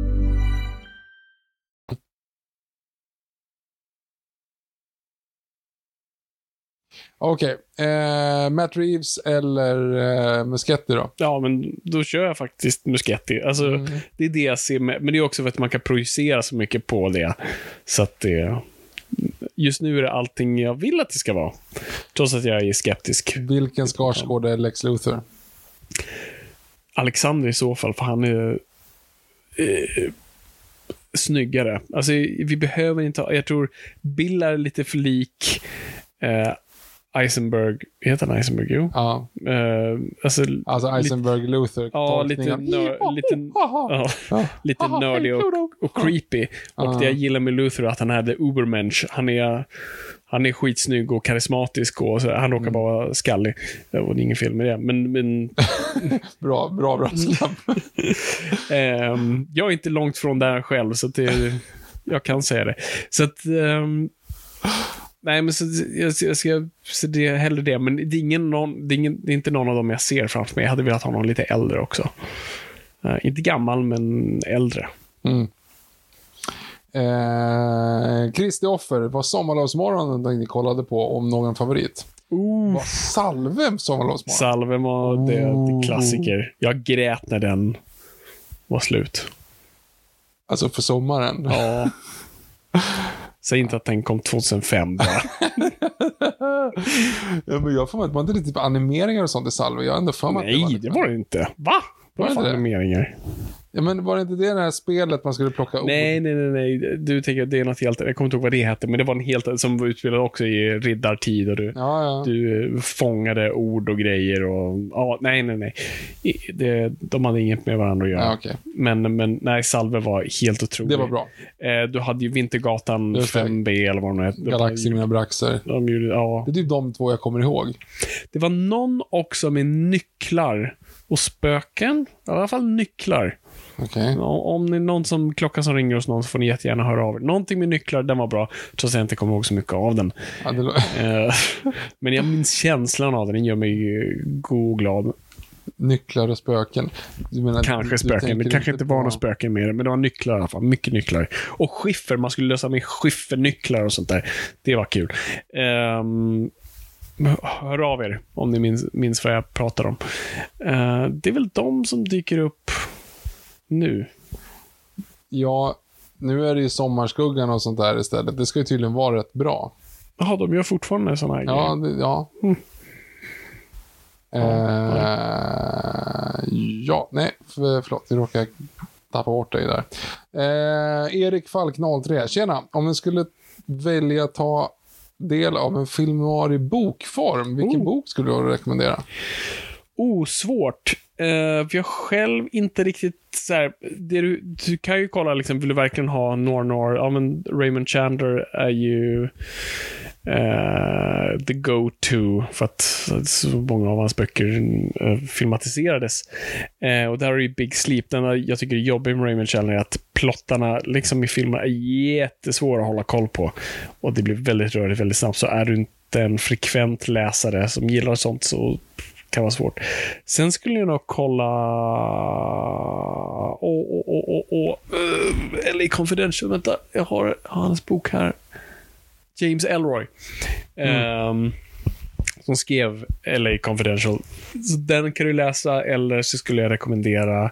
Okej. Matt Reeves eller Muschietti då? Ja, men då kör jag faktiskt Muschietti. Alltså, det är det jag ser med, men det är också för att man kan projicera så mycket på det. Så att det... Just nu är det allting jag vill att det ska vara. Trots att jag är skeptisk. Vilken Skarsgård är Lex Luthor? Alexander i så fall, för han är snyggare. Alltså, vi behöver inte ha... Jag tror Bill är lite för lik Eisenberg. Heter han Eisenberg? Jo. Ja. Alltså Eisenberg Luthor. Ja, lite nördig och creepy. Och det jag gillar med Luthor är att han är the Ubermensch. Han är skitsnygg och karismatisk och så, han råkar bara skallig. Det var ingen fel med det. Men bra slapp. jag är inte långt från där själv, så att jag kan säga det. Så att nej, men så jag ska så det är hellre det, men det är inte någon av dem jag ser framför mig. Jag hade velat ha någon lite äldre också. Inte gammal, men äldre. Kristi offer var Sommarlovsmorgonen ni kollade på om någon favorit. Var Salve Sommarlovsmorgon? Salve var det klassiker. Jag grät när den var slut. Alltså för sommaren. Ja. Säg inte att den kom 2005 bara. Ja, men jag får med att man inte typ animeringar och sånt i Salve. Jag har ändå för mig. Nej, det var det inte. Va? Var det animeringar? Ja, men var det inte det här spelet man skulle plocka ord? Nej. Du tänker att det är något helt... Jag kommer inte ihåg vad det hette, men det var en helt... Som var utspelad också i riddartid och du fångade ord och grejer och... Ja, nej. De hade inget med varandra att göra. Ja, okay. Men nej, Salve var helt otroligt. Det var bra. Du hade ju Vintergatan 5B eller vad det hette. Galaxy med Braxer. Det är typ de två jag kommer ihåg. Det var någon också med nycklar och spöken. I alla fall nycklar. Okay. Om det är någon som klockan som ringer hos någon så får ni jättegärna höra av er. Någonting med nycklar, den var bra. Trots att jag inte kommer ihåg så mycket av den. Ja, men jag minns känslan av den gör mig god och glad. Nycklar och spöken. Du menar, kanske spöken. Det kanske inte var några spöken med det, men det var nycklar i alla fall. Mycket nycklar. Och skiffer. Man skulle lösa med skiffernycklar och sånt där. Det var kul. Hör av er om ni minns vad jag pratar om. Det är väl de som dyker upp nu. Ja, nu är det ju Sommarskuggan och sånt där istället. Det ska ju tydligen vara rätt bra. Jaha, de gör fortfarande såna här grejer. Ja. Förlåt, jag råkade tappa bort dig där. Erik Falk 03. Tjena, om vi skulle välja ta del av en film noir i bokform, vilken bok skulle du rekommendera? Svårt. För jag själv inte riktigt så här, du kan ju kolla liksom, vill du verkligen ha noir? Ja, men Raymond Chandler är ju the go-to för att så många av hans böcker filmatiserades. Och där är ju Big Sleep. Den jag tycker är jobbig med Raymond Chandler är att plottarna liksom i filmer är jättesvåra att hålla koll på. Och det blir väldigt rörigt väldigt snabbt. Så är du inte en frekvent läsare som gillar sånt så kan vara svårt. Sen skulle jag nog kolla LA Confidential. Vänta, jag har hans bok här. James Ellroy. som skrev LA Confidential. Så den kan du läsa, eller så skulle jag rekommendera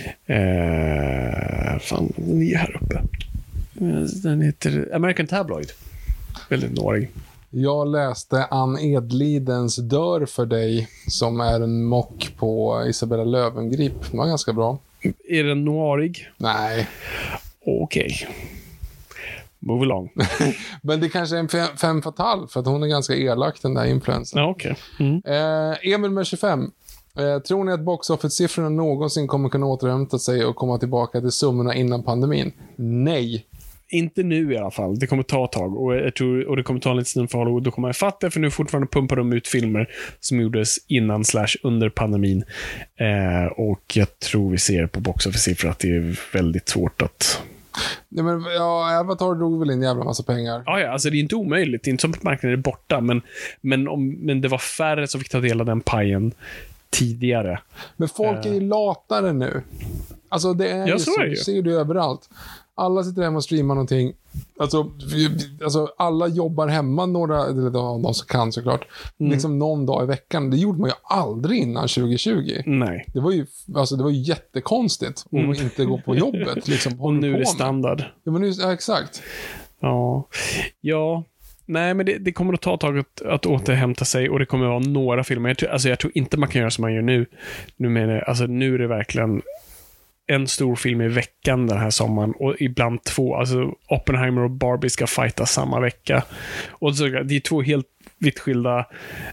den är här uppe. Den heter American Tabloid. Väldigt nårig. Jag läste Ann Edlidens Dör för dig, som är en mock på Isabella Löwengrip. Den var ganska bra. Är den noirig? Nej. Okej. Move along. Men det kanske är en femme fatale, för att hon är ganska elak, den där influensen. Ja, okej. Emil med 25. Tror ni att box office-siffrorna någonsin kommer kunna återhämta sig och komma tillbaka till summorna innan pandemin? Nej. Inte nu i alla fall. Det kommer ta ett tag. Och det kommer ta en liten stund för Hollywood att komma ifatt det, för nu fortfarande pumpar de ut filmer som gjordes innan / under pandemin. Och jag tror vi ser på box office-siffror att det är väldigt svårt att... Ja, men Avatar drog väl en jävla massa pengar. Ja, alltså det är inte omöjligt. Det är inte som att marknaden är borta, men det var färre som fick ta del av den pajen tidigare. Men folk är ju latare nu. Alltså det är ju så, du ser det överallt. Alla sitter hemma och streamar någonting. Alltså alla jobbar hemma, några, eller de som kan såklart, liksom någon dag i veckan. Det gjorde man ju aldrig innan 2020. Nej. Det var ju jättekonstigt att inte gå på jobbet. Liksom, och nu är det standard. Ja, men ja, exakt. Ja. Nej, men det kommer att ta ett tag att återhämta sig, och det kommer att vara några filmer. Jag tror inte man kan göra som man gör nu. Nu är det verkligen en stor film i veckan den här sommaren, och ibland 2. Alltså Oppenheimer och Barbie ska fighta samma vecka. Och så, det är 2 helt vitt skilda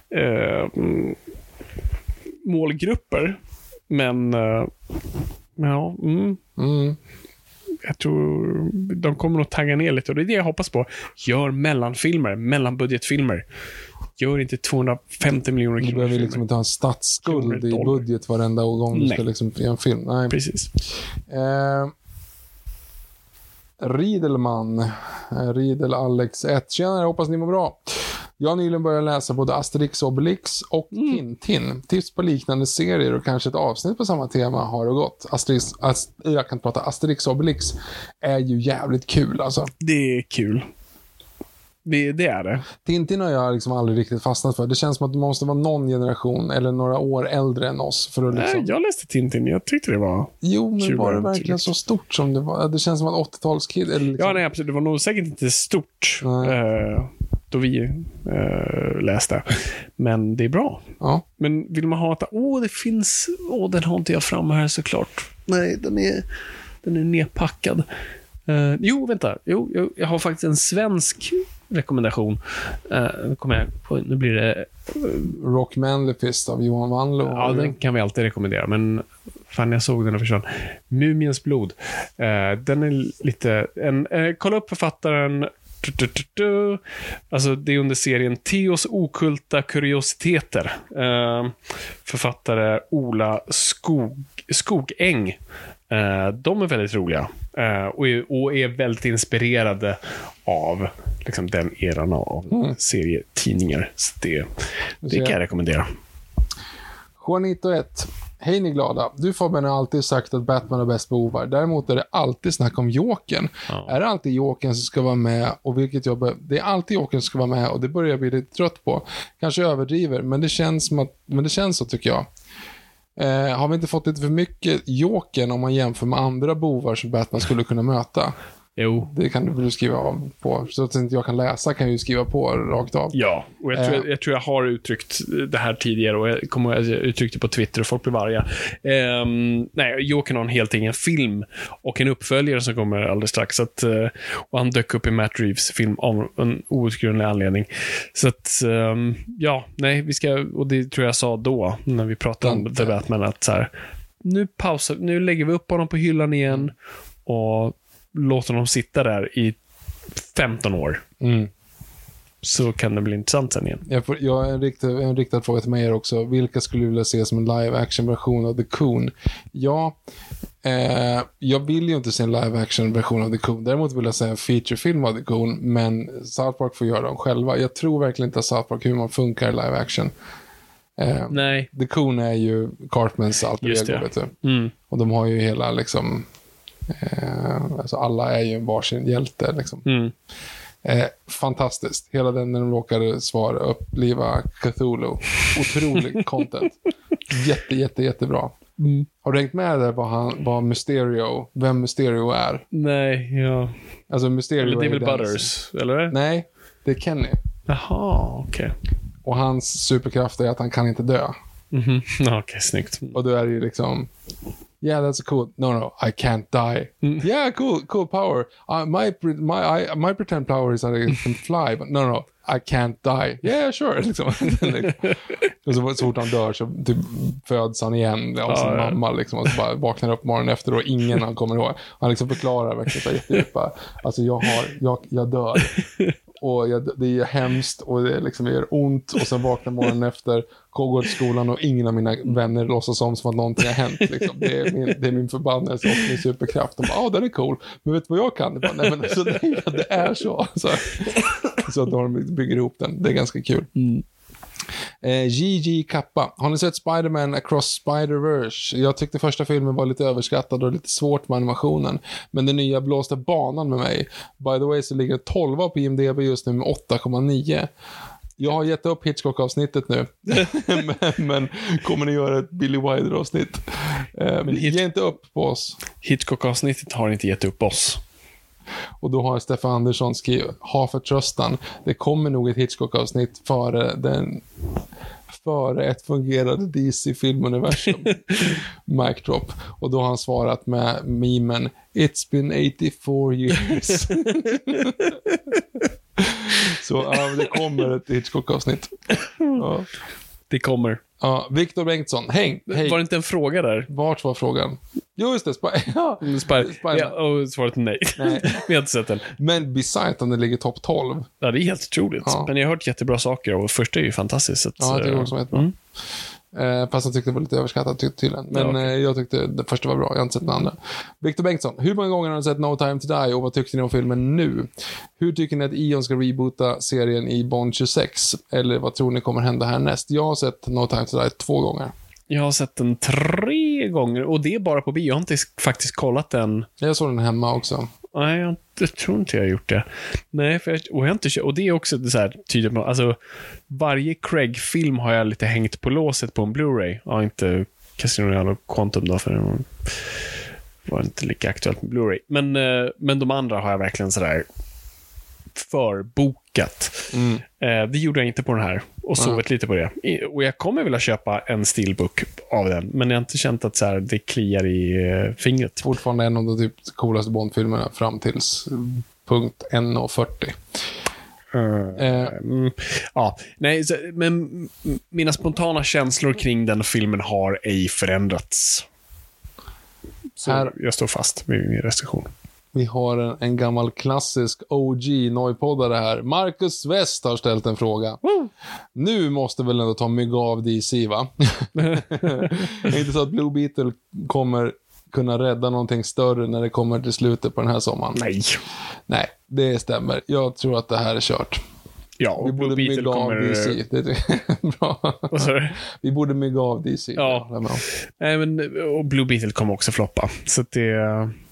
målgrupper. Men jag tror de kommer att tagga ner lite, och det är det jag hoppas på. Gör mellanfilmer, mellanbudgetfilmer. Gör inte 250 miljoner kronor. Du behöver liksom inte ha en statsskuld i budget varenda gång du ska liksom göra en film. Nej. Precis. Riedelman, Riedel Alex 1. Tjena, jag hoppas ni mår bra. Jag har nyligen börjat läsa både Asterix Obelix och Tintin. Tips på liknande serier och kanske ett avsnitt på samma tema har det gått. Asterix Obelix är ju jävligt kul alltså. Det är kul. Det är det. Tintin har jag liksom aldrig riktigt fastnat för. Det känns som att det måste vara någon generation eller några år äldre än oss för att liksom... Nej, jag läste Tintin. Jag tyckte det var... Jo, men var det verkligen så stort som det var? Det känns som att 80-talskid... Liksom... Ja, nej, absolut. Det var nog säkert inte stort då vi läste. Men det är bra. Ja. Men vill man ha att... det finns... den har inte jag framme här såklart. Nej, den är nedpackad. Jag har faktiskt en svensk rekommendation. Nu blir det Rock Manly Fist av Johan Wanlo. Ja, den kan vi alltid rekommendera, men fan, jag såg den och försvann. Mumiens blod. Den är lite kolla upp författaren. Alltså det är under serien Theos okulta kuriositeter. Författare Ola Skogäng. De är väldigt roliga och är väldigt inspirerade av liksom den eran av serietidningar. Så det kan jag rekommendera. Juanito 1. Hej ni glada. Du Fabian har alltid sagt att Batman är bäst bovar. Däremot är det alltid snack om Jokern. Ja. Är det alltid Jokern som ska vara med? Och det är alltid Jokern som ska vara med, och det börjar jag bli lite trött på. Kanske överdriver, men det känns så tycker jag. Har vi inte fått lite för mycket Jokern om man jämför med andra bovar som Batman skulle kunna möta? Jo. Det kan du skriva av på. Så att inte jag kan läsa kan jag ju skriva på rakt av. Ja, och jag tror jag har uttryckt det här tidigare, och jag uttryckte på Twitter och folk blir varga. Nej, Jokern har en helt egen film och en uppföljare som kommer alldeles strax. Och han dök upp i Matt Reeves film av en outgrundlig anledning. Så att, vi ska, och det tror jag sa då när vi pratade om The Batman, att så här, nu lägger vi upp honom på hyllan igen och låter dem sitta där i 15 år. Så kan det bli intressant sen igen. Jag har en riktad fråga till mig också. Vilka skulle du vilja se som en live-action-version av The Coon? Ja, jag vill ju inte se en live-action-version av The Coon. Däremot vill jag se en feature-film av The Coon. Men South Park får göra dem själva. Jag tror verkligen inte att South Park-humor funkar i live-action. Nej. The Coon är ju Cartmans alter ego, vet du. Och de har ju hela liksom... alltså alla är ju en varsin hjälte liksom. Fantastiskt. Hela den när de råkade uppliva Cthulhu. Otrolig content. Jättebra. Har du hängt med där vem Mysterio är? Nej, ja. Alltså Mysterio eller är David Butters, eller? Nej, det är Kenny. Jaha, okej. Och hans superkraft är att han kan inte dö. Okej, snyggt. Och då är det ju liksom... Yeah, that's cool. No, I can't die. Yeah, cool power. My pretend power is that I can fly, but no, I can't die. Yeah, sure. Liksom. Och så fort han dör så typ föds han igen av sin mamma liksom, och så bara vaknar upp morgonen efter och ingen han kommer ihåg. Han liksom förklarar verkligen jättedjupa. Alltså jag dör. Och det är hemskt och det liksom gör ont och sen vaknar morgonen efter, går till skolan och ingen av mina vänner låtsas som att någonting har hänt liksom. Det är min förbannelse och min superkraft. De bara, den är cool, men vet du vad jag kan? Bara, nej, men alltså, det är så att de bygger ihop den. Det är ganska kul. Gigi Kappa. Har ni sett Spider-Man Across Spider-Verse? Jag tyckte första filmen var lite överskattad och lite svårt med animationen, men den nya blåste banan med mig. By the way så ligger 12 på IMDb just nu med 8,9. Jag har gett upp Hitchcock-avsnittet nu. men kommer ni göra ett Billy Wilder-avsnitt? Ge inte upp på oss. Hitchcock-avsnittet har inte gett upp oss. Och då har Stefan Andersson skrivit, ha förtröstan. Det kommer nog ett Hitchcock-avsnitt före ett fungerande DC-filmuniversum. Mic drop. Och då har han svarat med memen, it's been 84 years. Så det kommer ett Hitchcock-avsnitt. Ja. Det kommer. Ja, Viktor Bengtsson, hej. Var det inte en fråga där? Vart var frågan? Jo, just det. Ja, och svaret nej. Vi har inte sett den. Men besides om det ligger topp 12. Ja, det är helt otroligt. Ja. Men jag har hört jättebra saker och första är ju fantastiskt. Ja, jag tycker också var jättebra. Fast jag tyckte det var lite överskattat tydligen. Men jag tyckte det första var bra. Jag har inte sett den andra. Viktor Bengtsson, hur många gånger har ni sett No Time to Die och vad tyckte ni om filmen nu? Hur tycker ni att Eon ska reboota serien i Bond 26? Eller vad tror ni kommer hända härnäst? Jag har sett No Time to Die 2 gånger. Jag har sett den 3 gånger och det är bara på bio. Jag har inte faktiskt kollat den. Jag såg den hemma också. Nej, jag tror inte jag har gjort det. Nej, och det är också så här tydligt. Alltså, varje Craig-film har jag lite hängt på låset på en Blu-ray. Ja, inte Casino Royale och Quantum då, för det var inte lika aktuellt med Blu-ray. Men de andra har jag verkligen sådär förbokat. Det gjorde jag inte på den här och sovit lite på det. Och jag kommer vilja köpa en steelbook av den, men jag har inte känt att så här, det kliar i fingret. Fortfarande en av de typ coolaste Bond-filmerna fram tills punkt 1:40. Ja, nej, men mina spontana känslor kring den filmen har ej förändrats. Så jag står fast med min recension. Vi har en gammal klassisk OG-nojpoddare här. Marcus West har ställt en fråga. Nu måste väl ändå ta mygga av DC, va? Det är inte så att Blue Beetle kommer kunna rädda någonting större när det kommer till slutet på den här sommaren. Nej, det stämmer. Jag tror att det här är kört. Ja, vi borde mygga av DC. Det är bra. Vi borde mygga av DC. Ja. Nej, men och Blue Beetle kommer också floppa. Så att det...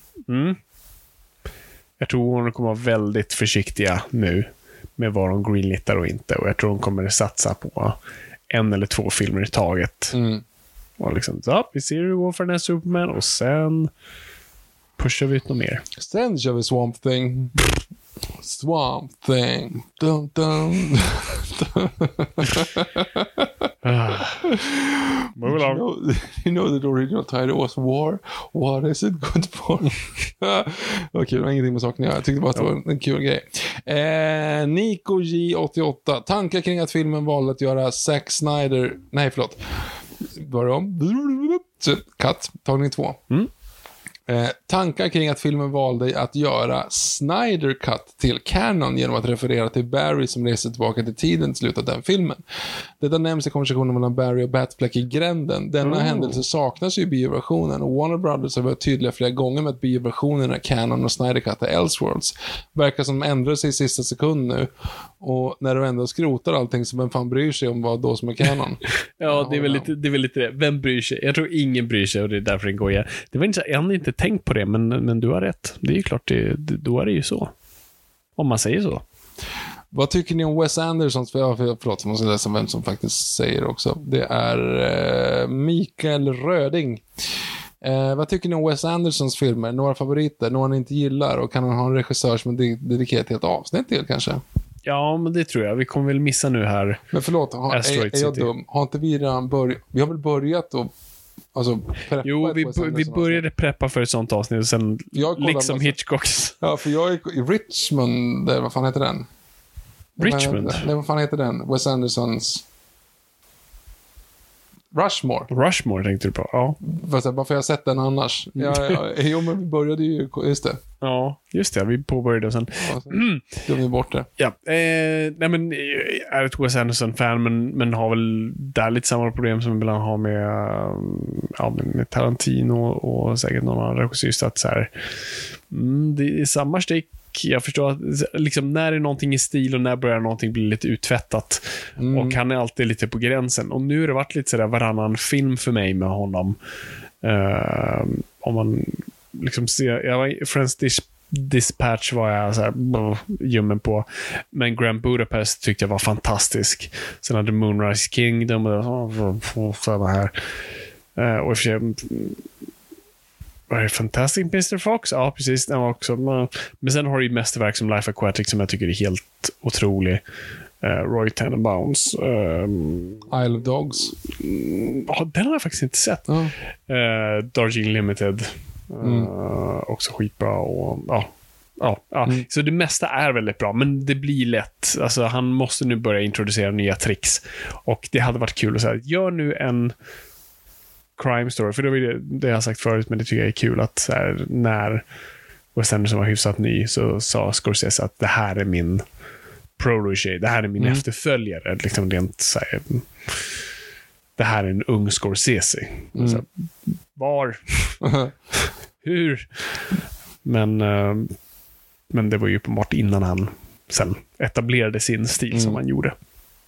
Jag tror de kommer vara väldigt försiktiga nu med vad de greenlitar och inte. Och jag tror de kommer satsa på 1 eller 2 filmer i taget. Och liksom, så, vi ser hur det går för den här Superman. Och sen pushar vi ut något mer. Sen kör vi Swamp Thing. Swamp Thing. Dum, dum. You know the original title was War. What is it good for? Okej, det var ingenting med saken jag tyckte bara att det var en kul grej. Nico J88. Tankar kring att filmen valde att göra Zack Snyder... Nej, förlåt. Börja om. Cut. Tagning 2. Tankar kring att filmen valde att göra Snyder Cut till canon genom att referera till Barry som reser tillbaka till tiden till slutet av den filmen. Detta nämns i konversationen mellan Barry och Batfleck i gränden. Denna händelse saknas ju i bioversionen och Warner Brothers har varit tydliga flera gånger med att bioversionen är canon och Snyder Cut är Elseworlds. Verkar som de ändrar sig i sista sekund nu. Och när de ändå skrotar allting så vem fan bryr sig om vad då som är canon? Ja, det är väl lite det. Vem bryr sig? Jag tror ingen bryr sig och det är därför den går igen. Det var inte så, jag hade inte tänkt på det, men du har rätt. Det är ju klart, då är det ju så. Om man säger så. Vad tycker ni om Wes Andersons? Förlåt, jag måste läsa vem som faktiskt säger också. Det är Mikael Röding. Vad tycker ni om Wes Andersons filmer? Några favoriter, några ni inte gillar, och kan han ha en regissör som dedikerat ett helt avsnitt till kanske? Ja, men det tror jag. Vi kommer väl missa nu här. Men förlåt, är jag dum? Har inte vi redan börjat? Vi har väl börjat och preppa? Jo, vi började preppa för ett sånt avsnitt och sen liksom Hitchcocks. Ja, för jag är i Richmond, vad fan heter den? Richmond? Nej, vad fan heter den? Wes Andersons Rushmore tänkte du på, ja. Varför jag har sett den annars? Jo, men vi började ju, just det. Ja, just det, vi påbörjade och sen då är vi bort det. Ja, nej men är ett Wes Anderson-fan men har väl där lite samma problem som ibland har med Tarantino och säkert någon annan regissör, att så här, det är samma stick. Jag förstår att liksom, när är någonting i stil och när börjar någonting bli lite utvättat, och han är alltid lite på gränsen, och nu har det varit lite sådär varannan film för mig med honom. Om man liksom ser, Friends Dispatch var jag så här ljummen på, men Grand Budapest tyckte jag var fantastisk. Sen hade Moonrise Kingdom och så här, och i och för sig var det Fantastic Mr. Fox? Ja, precis. Den var också. Men sen har du ju mästerverk som Life Aquatic som jag tycker är helt otrolig. Roy Tenenbaums Isle of Dogs. Den har jag faktiskt inte sett. Darjeeling Limited. Också skitbra. Och, Så det mesta är väldigt bra, men det blir lätt. Alltså, han måste nu börja introducera nya tricks. Och det hade varit kul att säga, gör nu en crime story, för det har jag sagt förut, men det tycker jag är kul att så här, när Wes Anderson var hyfsat ny så sa Scorsese att det här är min protégé, det här är min efterföljare, liksom rent så här, det här är en ung Scorsese. Så, var? Hur? Men det var ju uppenbart innan han sen etablerade sin stil som han gjorde.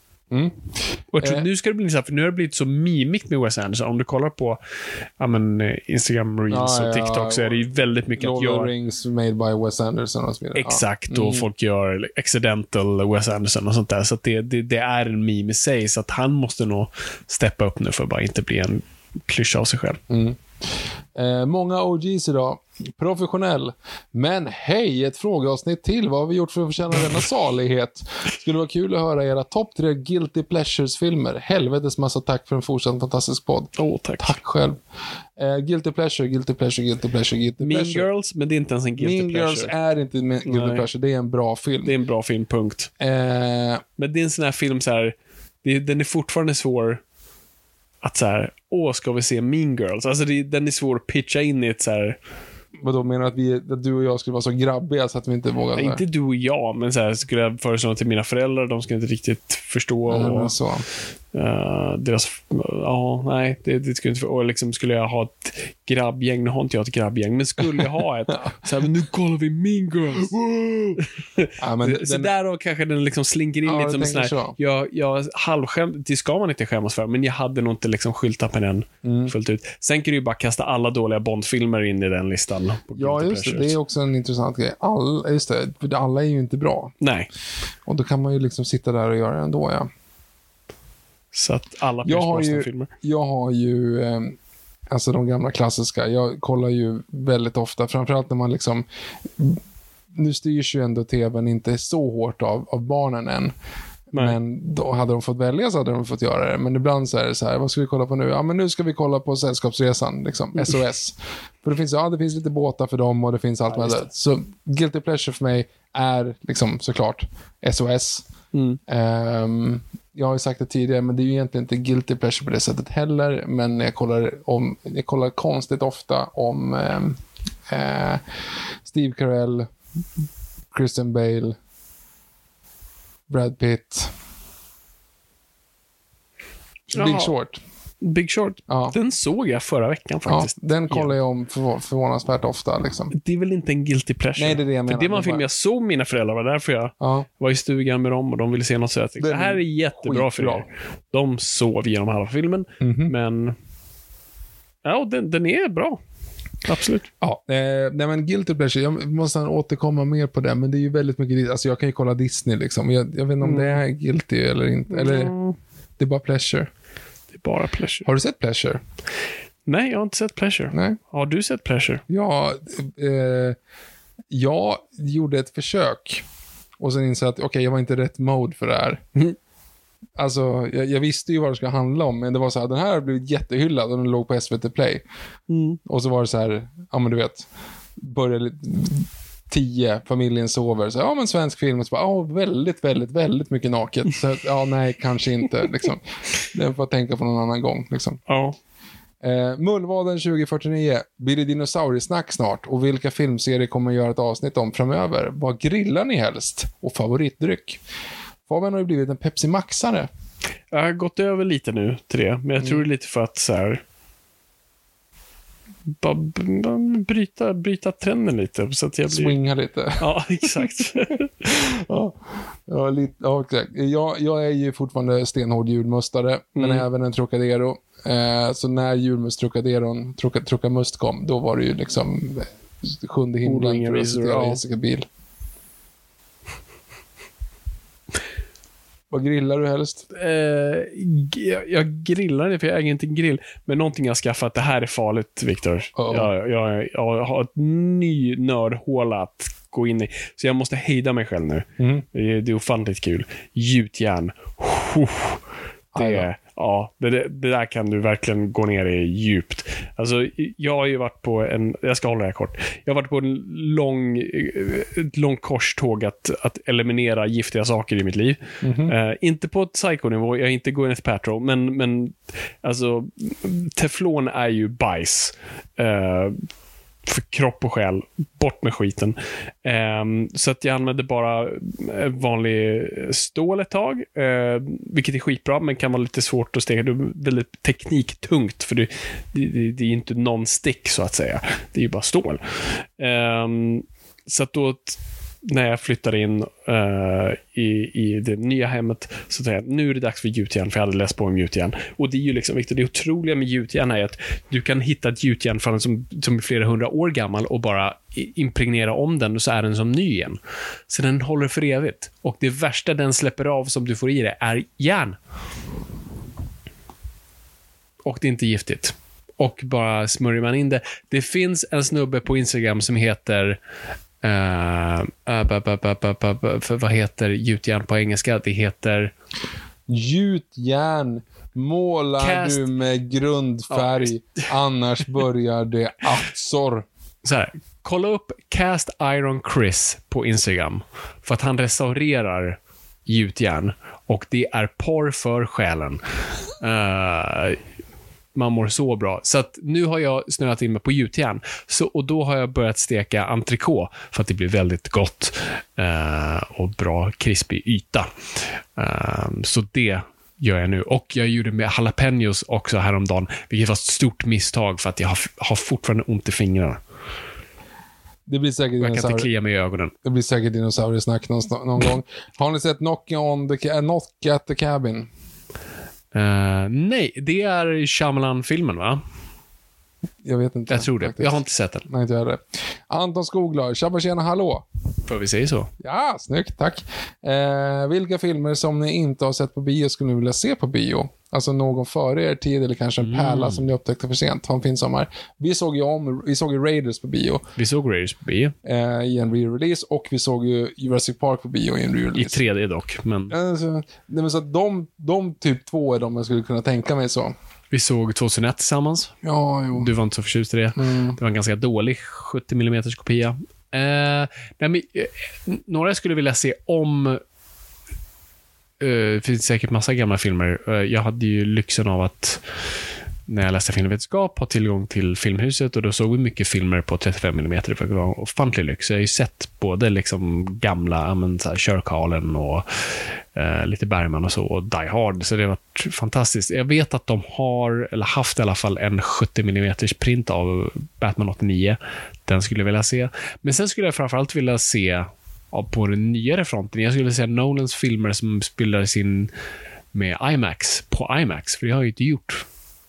Och jag tror, nu ska det bli så här, för nu har det blivit så mimigt med Wes Anderson. Om du kollar på Instagram Reels och TikTok så är det ju väldigt mycket att göra. Lord of the Rings made by Wes Anderson och så vidare. Exakt, och folk gör accidental Wes Anderson och sånt där. Så att det är en meme i sig, så att han måste nog steppa upp nu för att bara inte bli en klyscha av sig själv. Många OGs idag. Professionell. Men hej, ett frågeavsnitt till. Vad har vi gjort för att förtjäna denna salighet? Skulle vara kul att höra era topp 3 Guilty Pleasures-filmer. Helvetes massa tack för en fortsatt fantastisk podd. Tack. Tack själv. Guilty Pleasure. Mean Girls, men det är inte ens en Guilty Pleasure. Mean Girls är inte en Guilty Pleasure. Det är en bra film. Det är en bra film, punkt. Men det är en sån här film så här, den är fortfarande svår att så här, ska vi se Mean Girls? Alltså den är svår att pitcha in i ett så här. Vad då menar att du och jag skulle vara så grabbiga så att vi inte vågar? Nej, inte du och jag, men så här, skulle jag föreslå till mina föräldrar, de skulle inte riktigt förstå. Och så. Deras, det skulle inte, och liksom skulle jag ha ett grabbgäng, nu har inte jag ett grabbgäng, men skulle jag ha ett så här, men nu kollar vi Mean Girls. Så där då kanske den liksom slinker in lite som sån här, jag halvskämt, det ska man inte skämmas för, men jag hade nog inte liksom skyltat med den fullt ut. Sen kan du ju bara kasta alla dåliga Bond-filmer in i den listan. Ja, just det. Det är också en intressant grej. Just det, för alla är ju inte bra. Nej. Och då kan man ju liksom sitta där och göra det ändå, ja. Så att alla filmer. Jag har ju alltså de gamla klassiska. Jag kollar ju väldigt ofta, framförallt när man liksom, nu styrs ju ändå tvn inte så hårt av barnen än. Nej. Men då hade de fått välja så hade de fått göra det. Men ibland så är det så här, vad ska vi kolla på nu? Ja, men nu ska vi kolla på Sällskapsresan, liksom, SOS. För det finns lite båtar för dem och det finns allt med det. Så Guilty Pleasure för mig är liksom såklart SOS. Jag har ju sagt det tidigare, men det är ju egentligen inte Guilty Pleasure på det sättet heller. Men jag kollar konstigt ofta om Steve Carell, Christian Bale, Brad Pitt, Big Short. Ja. Den såg jag förra veckan faktiskt. Ja, den kollar jag om förvånansvärt ofta. Liksom. Det är väl inte en guilty pleasure? Nej, det är det jag menar. För det var en film jag såg mina föräldrar, var därför jag var i stugan med dem och de ville se något, så jag tänkte, det här är jättebra för er. De sov genom halva filmen, men den är bra. absolut. Ja, nej men Guilty Pleasure, jag måste återkomma mer på det, men det är ju väldigt mycket, alltså jag kan ju kolla Disney liksom, jag vet inte om det är Guilty eller inte, eller det är bara Pleasure. Det är bara Pleasure. Har du sett Pleasure? Nej, jag har inte sett Pleasure. Nej. Har du sett Pleasure? Ja, jag gjorde ett försök och sen insåg att okej, jag var inte rätt mode för det här. Alltså, jag visste ju vad det ska handla om, men det var så här, den här har blivit jättehyllad och den låg på SVT Play. Och så var det så här, ja men du vet, började 10, familjen sover, så ja men svensk film, och så bara, väldigt, väldigt, väldigt mycket naket. Så ja, nej, kanske inte, liksom. Den får jag tänka på någon annan gång, liksom. Ja. Mullvaden 2049, blir det dinosauriesnack snart, och vilka filmserier kommer göra ett avsnitt om framöver? Vad grillar ni helst? Och favoritdryck? Fabian har ju blivit en Pepsi Maxare. Jag har gått över lite nu till det, men jag tror det är lite för att så här bara bryta trenden lite så att jag blir... Swinga lite. Ja, exakt. Exakt. Jag är ju fortfarande stenhård julmustare, men även en Trocadero. Så när Trocamust kom, då var det ju liksom sjunde himlen för att sitta i Jessica-bil. Vad grillar du helst? Jag grillar det, för jag äger inte en grill. Men någonting jag skaffat, det här är farligt, Viktor. Jag har ett ny nördhåla att gå in i. Så jag måste hejda mig själv nu. Det är ofantligt kul. Gjutjärn. Det där kan du verkligen gå ner i djupt. Alltså, jag har ju varit på jag ska hålla det här kort. Jag har varit på ett långt korståg att eliminera giftiga saker i mitt liv. Inte på ett psykonivå, jag är inte Gwyneth Paltrow, men alltså, teflon är ju bajs. För kropp och själ, bort med skiten. Så att jag använde bara vanlig stål ett tag, vilket är skitbra, men kan vara lite svårt att steka. Det är väldigt tekniktungt, för det är inte non-stick så att säga. Det är ju bara stål. Så att då, när jag flyttade in i det nya hemmet, så tänkte jag, nu är det dags för gjutjärn, för jag hade läst på om gjutjärn. Och det är ju liksom, Victor, det otroliga med gjutjärn är att du kan hitta ett gjutjärn som är flera hundra år gammal och bara impregnera om den, och så är den som ny igen. Så den håller för evigt. Och det värsta den släpper av som du får i det är järn. Och det är inte giftigt. Och bara smörjer man in det. Det finns en snubbe på Instagram som heter vad heter gjutjärn på engelska? Det heter gjutjärn. Målar du med grundfärg, annars börjar det attsor. Så här, kolla upp Cast Iron Chris på Instagram, för att han restaurerar gjutjärn, och det är porr för själen. Man mår så bra. Så att nu har jag snöat in mig på gjutjärn. Och då har jag börjat steka entrecote, för att det blir väldigt gott och bra krispig yta. Så det gör jag nu. Och jag gjorde med jalapenos också häromdagen, vilket var ett stort misstag, för att jag har fortfarande ont i fingrarna. Det blir säkert jag kan inte klia mig i ögonen. Det blir säkert dinosauriesnack någon gång. Har ni sett Knock at the Cabin? Nej, det är Shyamalan-filmen, va? Jag vet inte. Jag tror det. Faktiskt. Jag har inte sett den. Nej, inte jag det. Anton Skoglar, tjena, hallå. Får vi säga så? Ja, snyggt, tack. Vilka filmer som ni inte har sett på bio skulle ni vilja se på bio? Alltså någon före er tid, eller kanske en pärla som ni upptäckte för sent. Ha en fin sommar. Vi såg ju Raiders på bio. Vi såg Raiders på bio. I en re-release, och vi såg ju Jurassic Park på bio i en re-release. I 3D dock, men... Så att de typ två är de jag skulle kunna tänka mig så. Vi såg 2001 tillsammans. Ja, jo. Du var inte så förtjust i det. Det var en ganska dålig 70 mm kopia. Några jag skulle vilja se om... Det finns säkert massa gamla filmer. Jag hade ju lyxen av att, när jag läste filmvetenskap, ha tillgång till Filmhuset, och då såg vi mycket filmer på 35 mm. Det var ofantlig lyx. Jag har ju sett både liksom gamla, Körkalen och lite Bergman och så, och Die Hard, så det var fantastiskt. Jag vet att de har, eller haft i alla fall, en 70 mm print av Batman 89. Den skulle jag vilja se. Men sen skulle jag framförallt vilja se på den nyare fronten. Jag skulle säga Nolans filmer som spelades in med IMAX, på IMAX, för det har jag ju inte gjort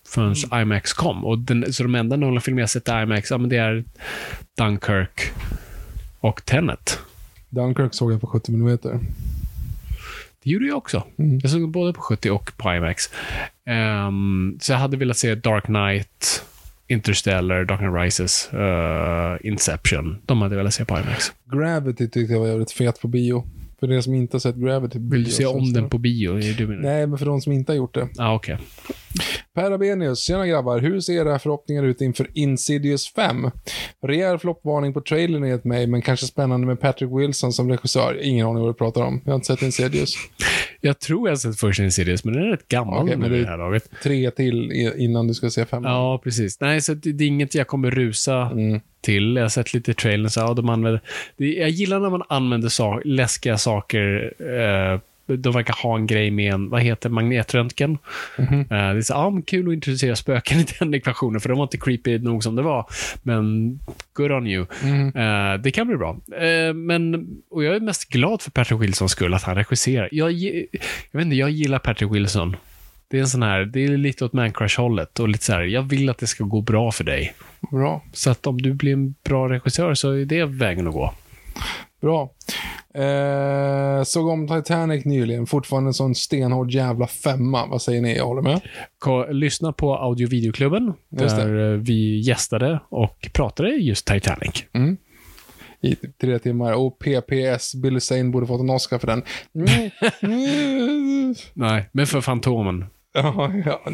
förrän IMAX kom. Och så de enda Nolan-filmer jag sett i IMAX, men det är Dunkirk och Tenet. Dunkirk såg jag på 70 mm. Det gjorde jag också. Jag såg både på 70 och på IMAX. Så jag hade velat se Dark Knight, Interstellar, Dark Knight Rises, Inception. De hade velat se på IMAX. Gravity tyckte jag var jävligt fet på bio. För de som inte har sett Gravity på bio. Vill du se om den på bio? Nej, men för de som inte har gjort det. Okej. Per Abenius, tjena grabbar, hur ser era förhoppningar ut inför Insidious 5? Rejäl floppvarning på trailern är ett mig, men kanske spännande med Patrick Wilson som regissör. Ingen aning vad du pratar om. Jag har inte sett Insidious. Jag tror jag har sett först Insidious, men den är rätt gammal med det här laget. 3 till innan du ska se 5. Ja, precis. Nej, så det är inget jag kommer rusa till. Jag har sett lite trailers. Jag gillar när man använder läskiga saker. De verkar ha en grej med vad heter magnetröntgen. Det är så, kul att introducera spöken i den ekvationen, för de var inte creepy nog som det var. Men good on you. Det kan bli bra. Och jag är mest glad för Patrick Wilsons skull att han regisserar. Jag vet inte, jag gillar Patrick Wilson. Det är en sån här, det är lite åt man-crush-hållet och lite så här, jag vill att det ska gå bra för dig. Bra. Så att om du blir en bra regissör så är det vägen att gå. Bra. Såg om Titanic nyligen. Fortfarande en sån stenhård jävla 5. Vad säger ni? Jag håller med. Lyssna på Audio-videoklubben där vi gästade och pratade just Titanic. I 3 timmar. Och PPS, Billy Zane borde fått en Oscar för den. Nej, men för Fantomen. Ja.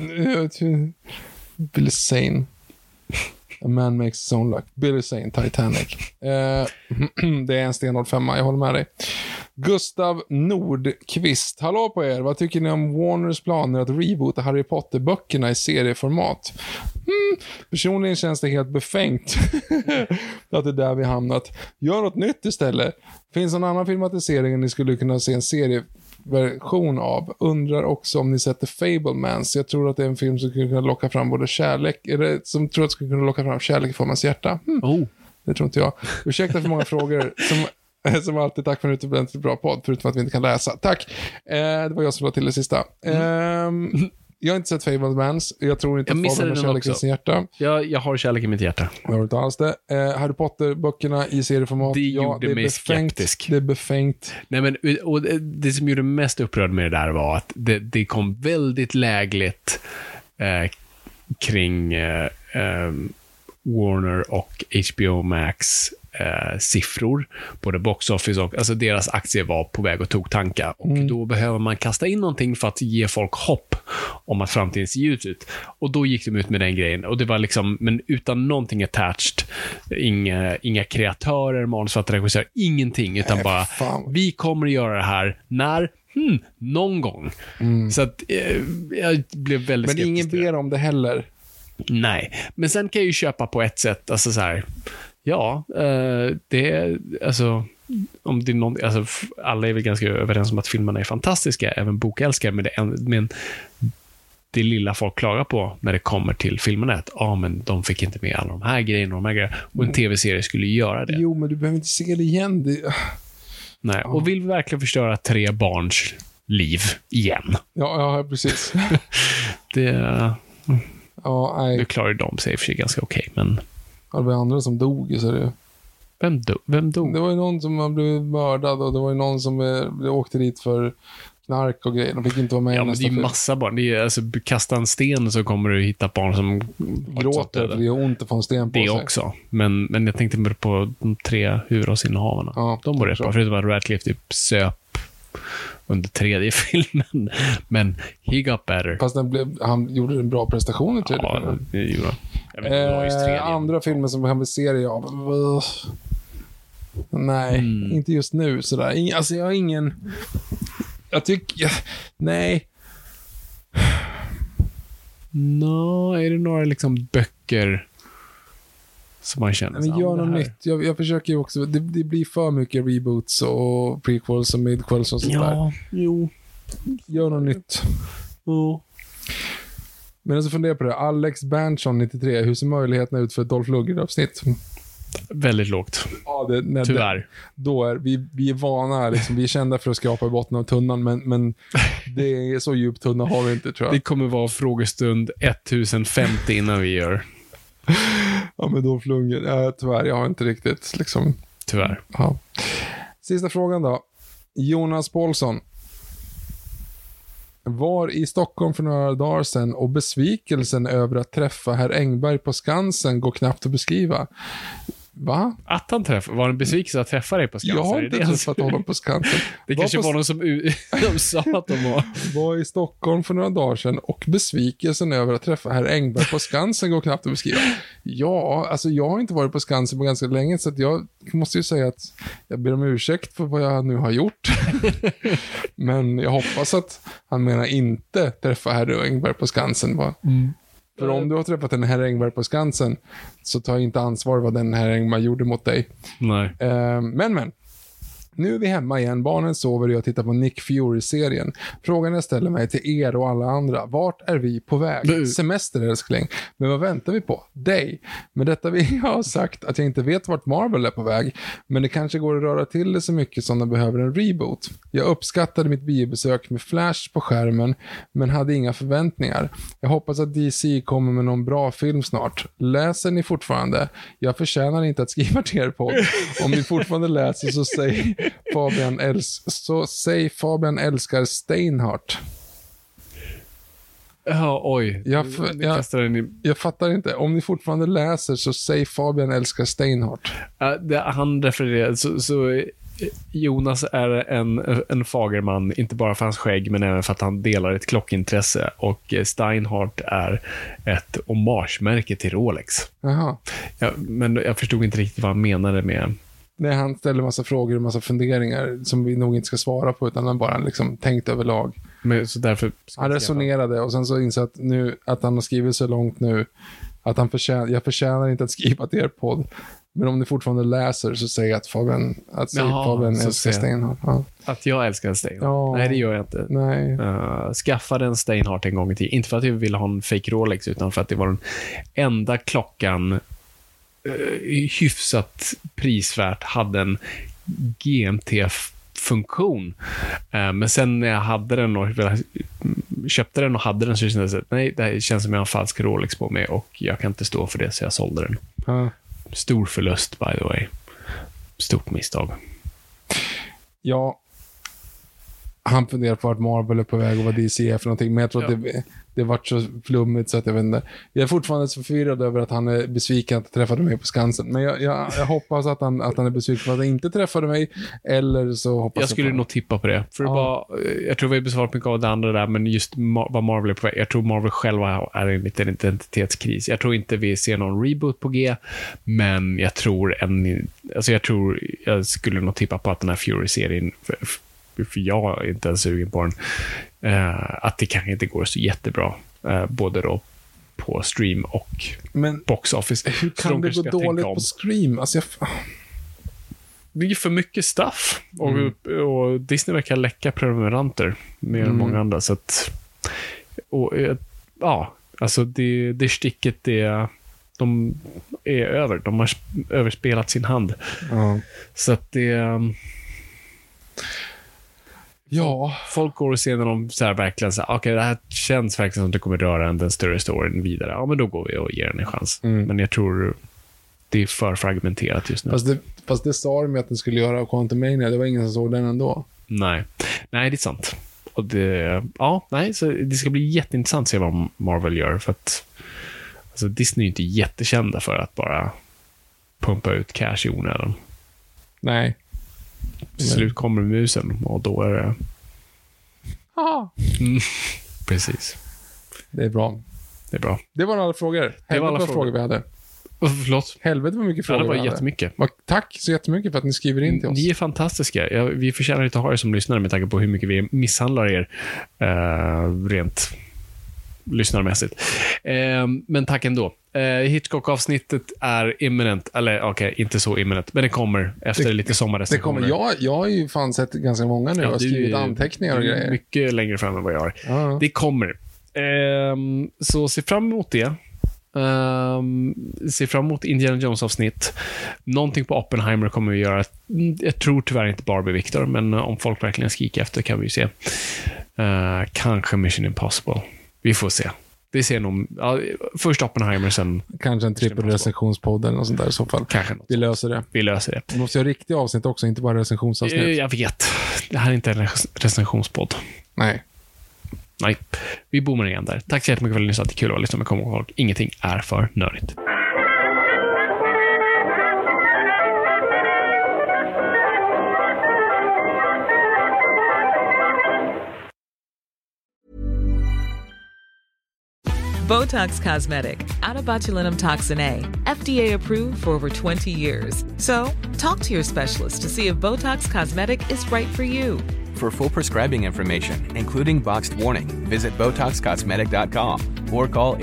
Billy Zane. A man makes his own luck. Billy Zane, Titanic. Det är en stenhård 5. Jag håller med dig. Gustav Nordqvist. Hallå på er. Vad tycker ni om Warners planer att reboota Harry Potter-böckerna i serieformat? Personligen känns det helt befängt att det är där vi hamnat. Gör något nytt istället. Finns en annan filmatisering ni skulle kunna se en serieversion av? Undrar också om ni sätter Fablemans. Jag tror att det är en film som skulle kunna locka fram både kärlek, eller som tror att det skulle kunna locka fram kärlek i formans hjärta. Det tror inte jag. Ursäkta för många frågor som alltid. Tack för en utomordentligt bra podd, förutom att vi inte kan läsa. Tack. Det var jag som la till det sista. Jag har inte sett Fablemans. Jag tror inte att Fablemans har kärlek i sin hjärta. Jag har kärlek i mitt hjärta. Jag har inte alls det. Harry Potter-böckerna i serieformat. Det gjorde mig skeptisk. Det är befängt. Nej, men och det som gjorde mig mest upprörd med det där var att det kom väldigt lägligt kring Warner och HBO Max siffror, både box office och alltså deras aktier var på väg att toktanka och då behöver man kasta in någonting för att ge folk hopp om att framtiden ser ut. Och då gick de ut med den grejen och det var liksom, men utan någonting attached, inga kreatörer, manusförfattare, ingenting, utan bara vi kommer att göra det här när någon gång. Så att jag blev väldigt skeptisk. Men ingen ber om det heller. Nej, men sen kan jag ju köpa på ett sätt, alltså så här. Ja, det är alltså om det är någon, alltså alla är väl ganska överens om att filmerna är fantastiska, även bokälskare, men det lilla folk klagar på när det kommer till filmerna är att men de fick inte med alla de här grejerna och en tv-serie skulle göra det. Jo, men du behöver inte se det igen. Nej, och vill vi verkligen förstöra 3 barns liv igen? Ja, precis. Nu klarar de sig i och för sig ganska okej, men det var andra som dog, så det. Vem dog? Det var ju någon som blev mördad och det var ju någon som åkte dit för knark och grejer. De fick inte vara med i men det är ju massa barn. Det är alltså, kasta en sten så kommer du hitta barn som gråter för det är ont att få en sten på det sig. Också. Men jag tänkte mer på de 3 huvudrollsinnehavarna. Ja, de var rätt bra. Förutom att Radcliffe typ söp under 3:e filmen. Men he got better. Fast han gjorde en bra prestation i 3:e filmen. Det gjorde han. Andra filmer som han vill serie av. Nej, inte just nu sådär. Alltså jag har ingen. Jag tycker nej. Är det några liksom böcker som man känner? Men gör något nytt. Jag försöker ju också. Det blir för mycket reboots och prequels och midquels och sånt där. Jo. Gör något nytt. Men så funderar på det. Alex Berntsson 93. Hur ser möjligheterna ut för ett Dolph Lundgren-avsnitt? Väldigt lågt. Ja, Tyvärr. Då är vi är vana, liksom, vi är kända för att skrapa i botten av tunnan, men det är så djup tunna har vi inte, tror jag. Det kommer vara frågestund 1050 innan vi gör. Ja, men då flungen. Tyvärr, jag har inte riktigt liksom. Tyvärr. Ja. Sista frågan då. Jonas Paulsson. Var i Stockholm för några dagar sedan och besvikelsen över att träffa herr Engberg på Skansen går knappt att beskriva. Va? Att han var en besvikelse att träffa dig på Skansen. Jag har inte träffat honom på Skansen. Det kanske var någon som de sa att de var i Stockholm för några dagar sedan och besvikelsen över att träffa herr Engberg på Skansen går knappt att beskriva. Ja, alltså jag har inte varit på Skansen på ganska länge, så att jag måste ju säga att jag ber om ursäkt för vad jag nu har gjort. Men jag hoppas att han menar inte träffa herr Engberg på Skansen, va? För om du har träffat en herr Engberg på Skansen så tar jag inte ansvar vad den herr Engberg gjorde mot dig. Nej. Men. Nu är vi hemma igen. Barnen sover och jag tittar på Nick Fury-serien. Frågan jag ställer mig till er och alla andra. Vart är vi på väg? Semester, älskling. Men vad väntar vi på? Dig. Med detta vill jag ha sagt att jag inte vet vart Marvel är på väg. Men det kanske går att röra till det så mycket som de behöver en reboot. Jag uppskattade mitt biobesök med Flash på skärmen, men hade inga förväntningar. Jag hoppas att DC kommer med någon bra film snart. Läser ni fortfarande? Jag förtjänar inte att skriva till er podd. Om ni fortfarande läser så säg Fabian älskar Steinhardt. Ja, oj. Jag fattar inte. Om ni fortfarande läser så säg Fabian älskar Steinhardt. Han refererar så Jonas är en fagerman, inte bara för hans skägg men även för att han delar ett klockintresse, och Steinhardt är ett homagemärke till Rolex. Jaha. Men jag förstod inte riktigt vad han menade med. Nej, han ställer massa frågor och massa funderingar som vi nog inte ska svara på, utan han bara liksom tänkt överlag. Men så därför han resonerade och sen så insåg att han har skrivit så långt nu att jag förtjänar inte att skriva till er podd. Men om ni fortfarande läser så säger jag att Fabian älskar Steinhardt. Ja. Att jag älskar Steinhardt? Ja. Nej, det gör jag inte. Nej. Skaffade en Steinhardt en gång i tiden. Inte för att jag ville ha en fake Rolex, utan för att det var den enda klockan hyfsat prisvärt hade en GMT-funktion. Men sen när jag hade den och köpte den och hade den så kände jag att nej, det känns som jag har en falsk Rolex på mig och jag kan inte stå för det, så jag sålde den. Stor förlust, by the way. Stort misstag. Ja, han funderar på vart Marvel är på väg och vad DC är för någonting, men jag tror att det varit så flummigt så att jag vet inte. Jag är fortfarande så förvirrad över att han är besviken att träffade mig på Skansen, men jag hoppas att han är besviken för att han inte träffade mig, eller så hoppas jag skulle nog tippa på det. För jag tror vi har besvarat mycket av det andra där, men just vad Marvel är på väg. Jag tror Marvel själva är en liten identitetskris. Jag tror inte vi ser någon reboot på G, men jag skulle nog tippa på att den här Fury-serien, för jag är inte ens sugen på den, att det kanske inte går så jättebra, både då på stream och box office. Hur kan det gå dåligt på stream? Alltså det är för mycket stuff, och Disney verkar läcka prenumeranter mer än många andra, så att alltså det sticket de är över, de har överspelat sin hand. Så att det folk går och ser när de så här verkligen så okej, det här känns verkligen som att det kommer röra den större storyn vidare. Ja, men då går vi och ger den en chans. Men jag tror det är för fragmenterat just nu. Fast det sa de att den skulle göra Quantumania. Det var ingen som såg den ändå. Nej, det är sant. Och så det ska bli jätteintressant att se vad Marvel gör, för att alltså, Disney är inte jättekända för att bara pumpa ut cash i onödan. Nej. Till slut kommer musen och då är det precis. Det är bra. Det var alla frågor. Helvete frågor vi hade. Förlåt. Helvete vad mycket frågor det var jättemycket. Tack så jättemycket för att ni skriver in till oss. Ni är fantastiska. Vi förtjänar inte att ha er som lyssnare med tanke på hur mycket vi misshandlar er rent lyssnarmässigt. Men tack ändå. Hitchcock-avsnittet är imminent. Eller okej, inte så imminent, men det kommer efter lite sommarrecensioner. Det kommer. Jag har ju fan sett ganska många nu. Jag har skrivit anteckningar och grejer. Mycket längre fram än vad jag har. Det kommer. Så se fram emot det. Ser fram emot Indiana Jones-avsnitt. Någonting på Oppenheimer kommer vi göra. Jag tror tyvärr inte Barbie, Victor, men om folk verkligen skriker efter kan vi ju se. Kanske Mission Impossible. Vi får se. Vi ser nog först Oppenheimer, sen kanske en trippelrecensionspodd eller något sånt där i så fall. Kanske något. Vi löser det. Vi måste göra riktiga avsnitt också, inte bara recensionsavsnitt. Jag vet. Det här är inte en recensionspodd. Nej. Vi boomar igen där. Tack så jättemycket för att ni lyssnade. Det är kul att lyssna med Kommer folk. Ingenting är för nördigt. Botox Cosmetic, out of botulinum toxin A, FDA approved for over 20 years. So, talk to your specialist to see if Botox Cosmetic is right for you. For full prescribing information, including boxed warning, visit BotoxCosmetic.com or call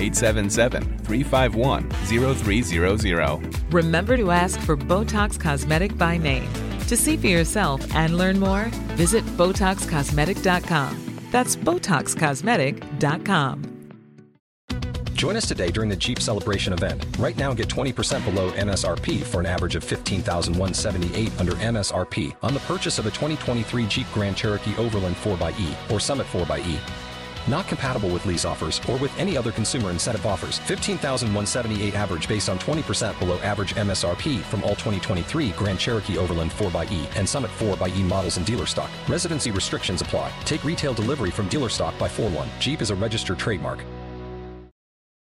877-351-0300. Remember to ask for Botox Cosmetic by name. To see for yourself and learn more, visit BotoxCosmetic.com. That's BotoxCosmetic.com. Join us today during the Jeep Celebration event. Right now, get 20% below MSRP for an average of $15,178 under MSRP on the purchase of a 2023 Jeep Grand Cherokee Overland 4xE or Summit 4xE. Not compatible with lease offers or with any other consumer incentive offers. $15,178 average based on 20% below average MSRP from all 2023 Grand Cherokee Overland 4xE and Summit 4xE models in dealer stock. Residency restrictions apply. Take retail delivery from dealer stock by 4/1. Jeep is a registered trademark.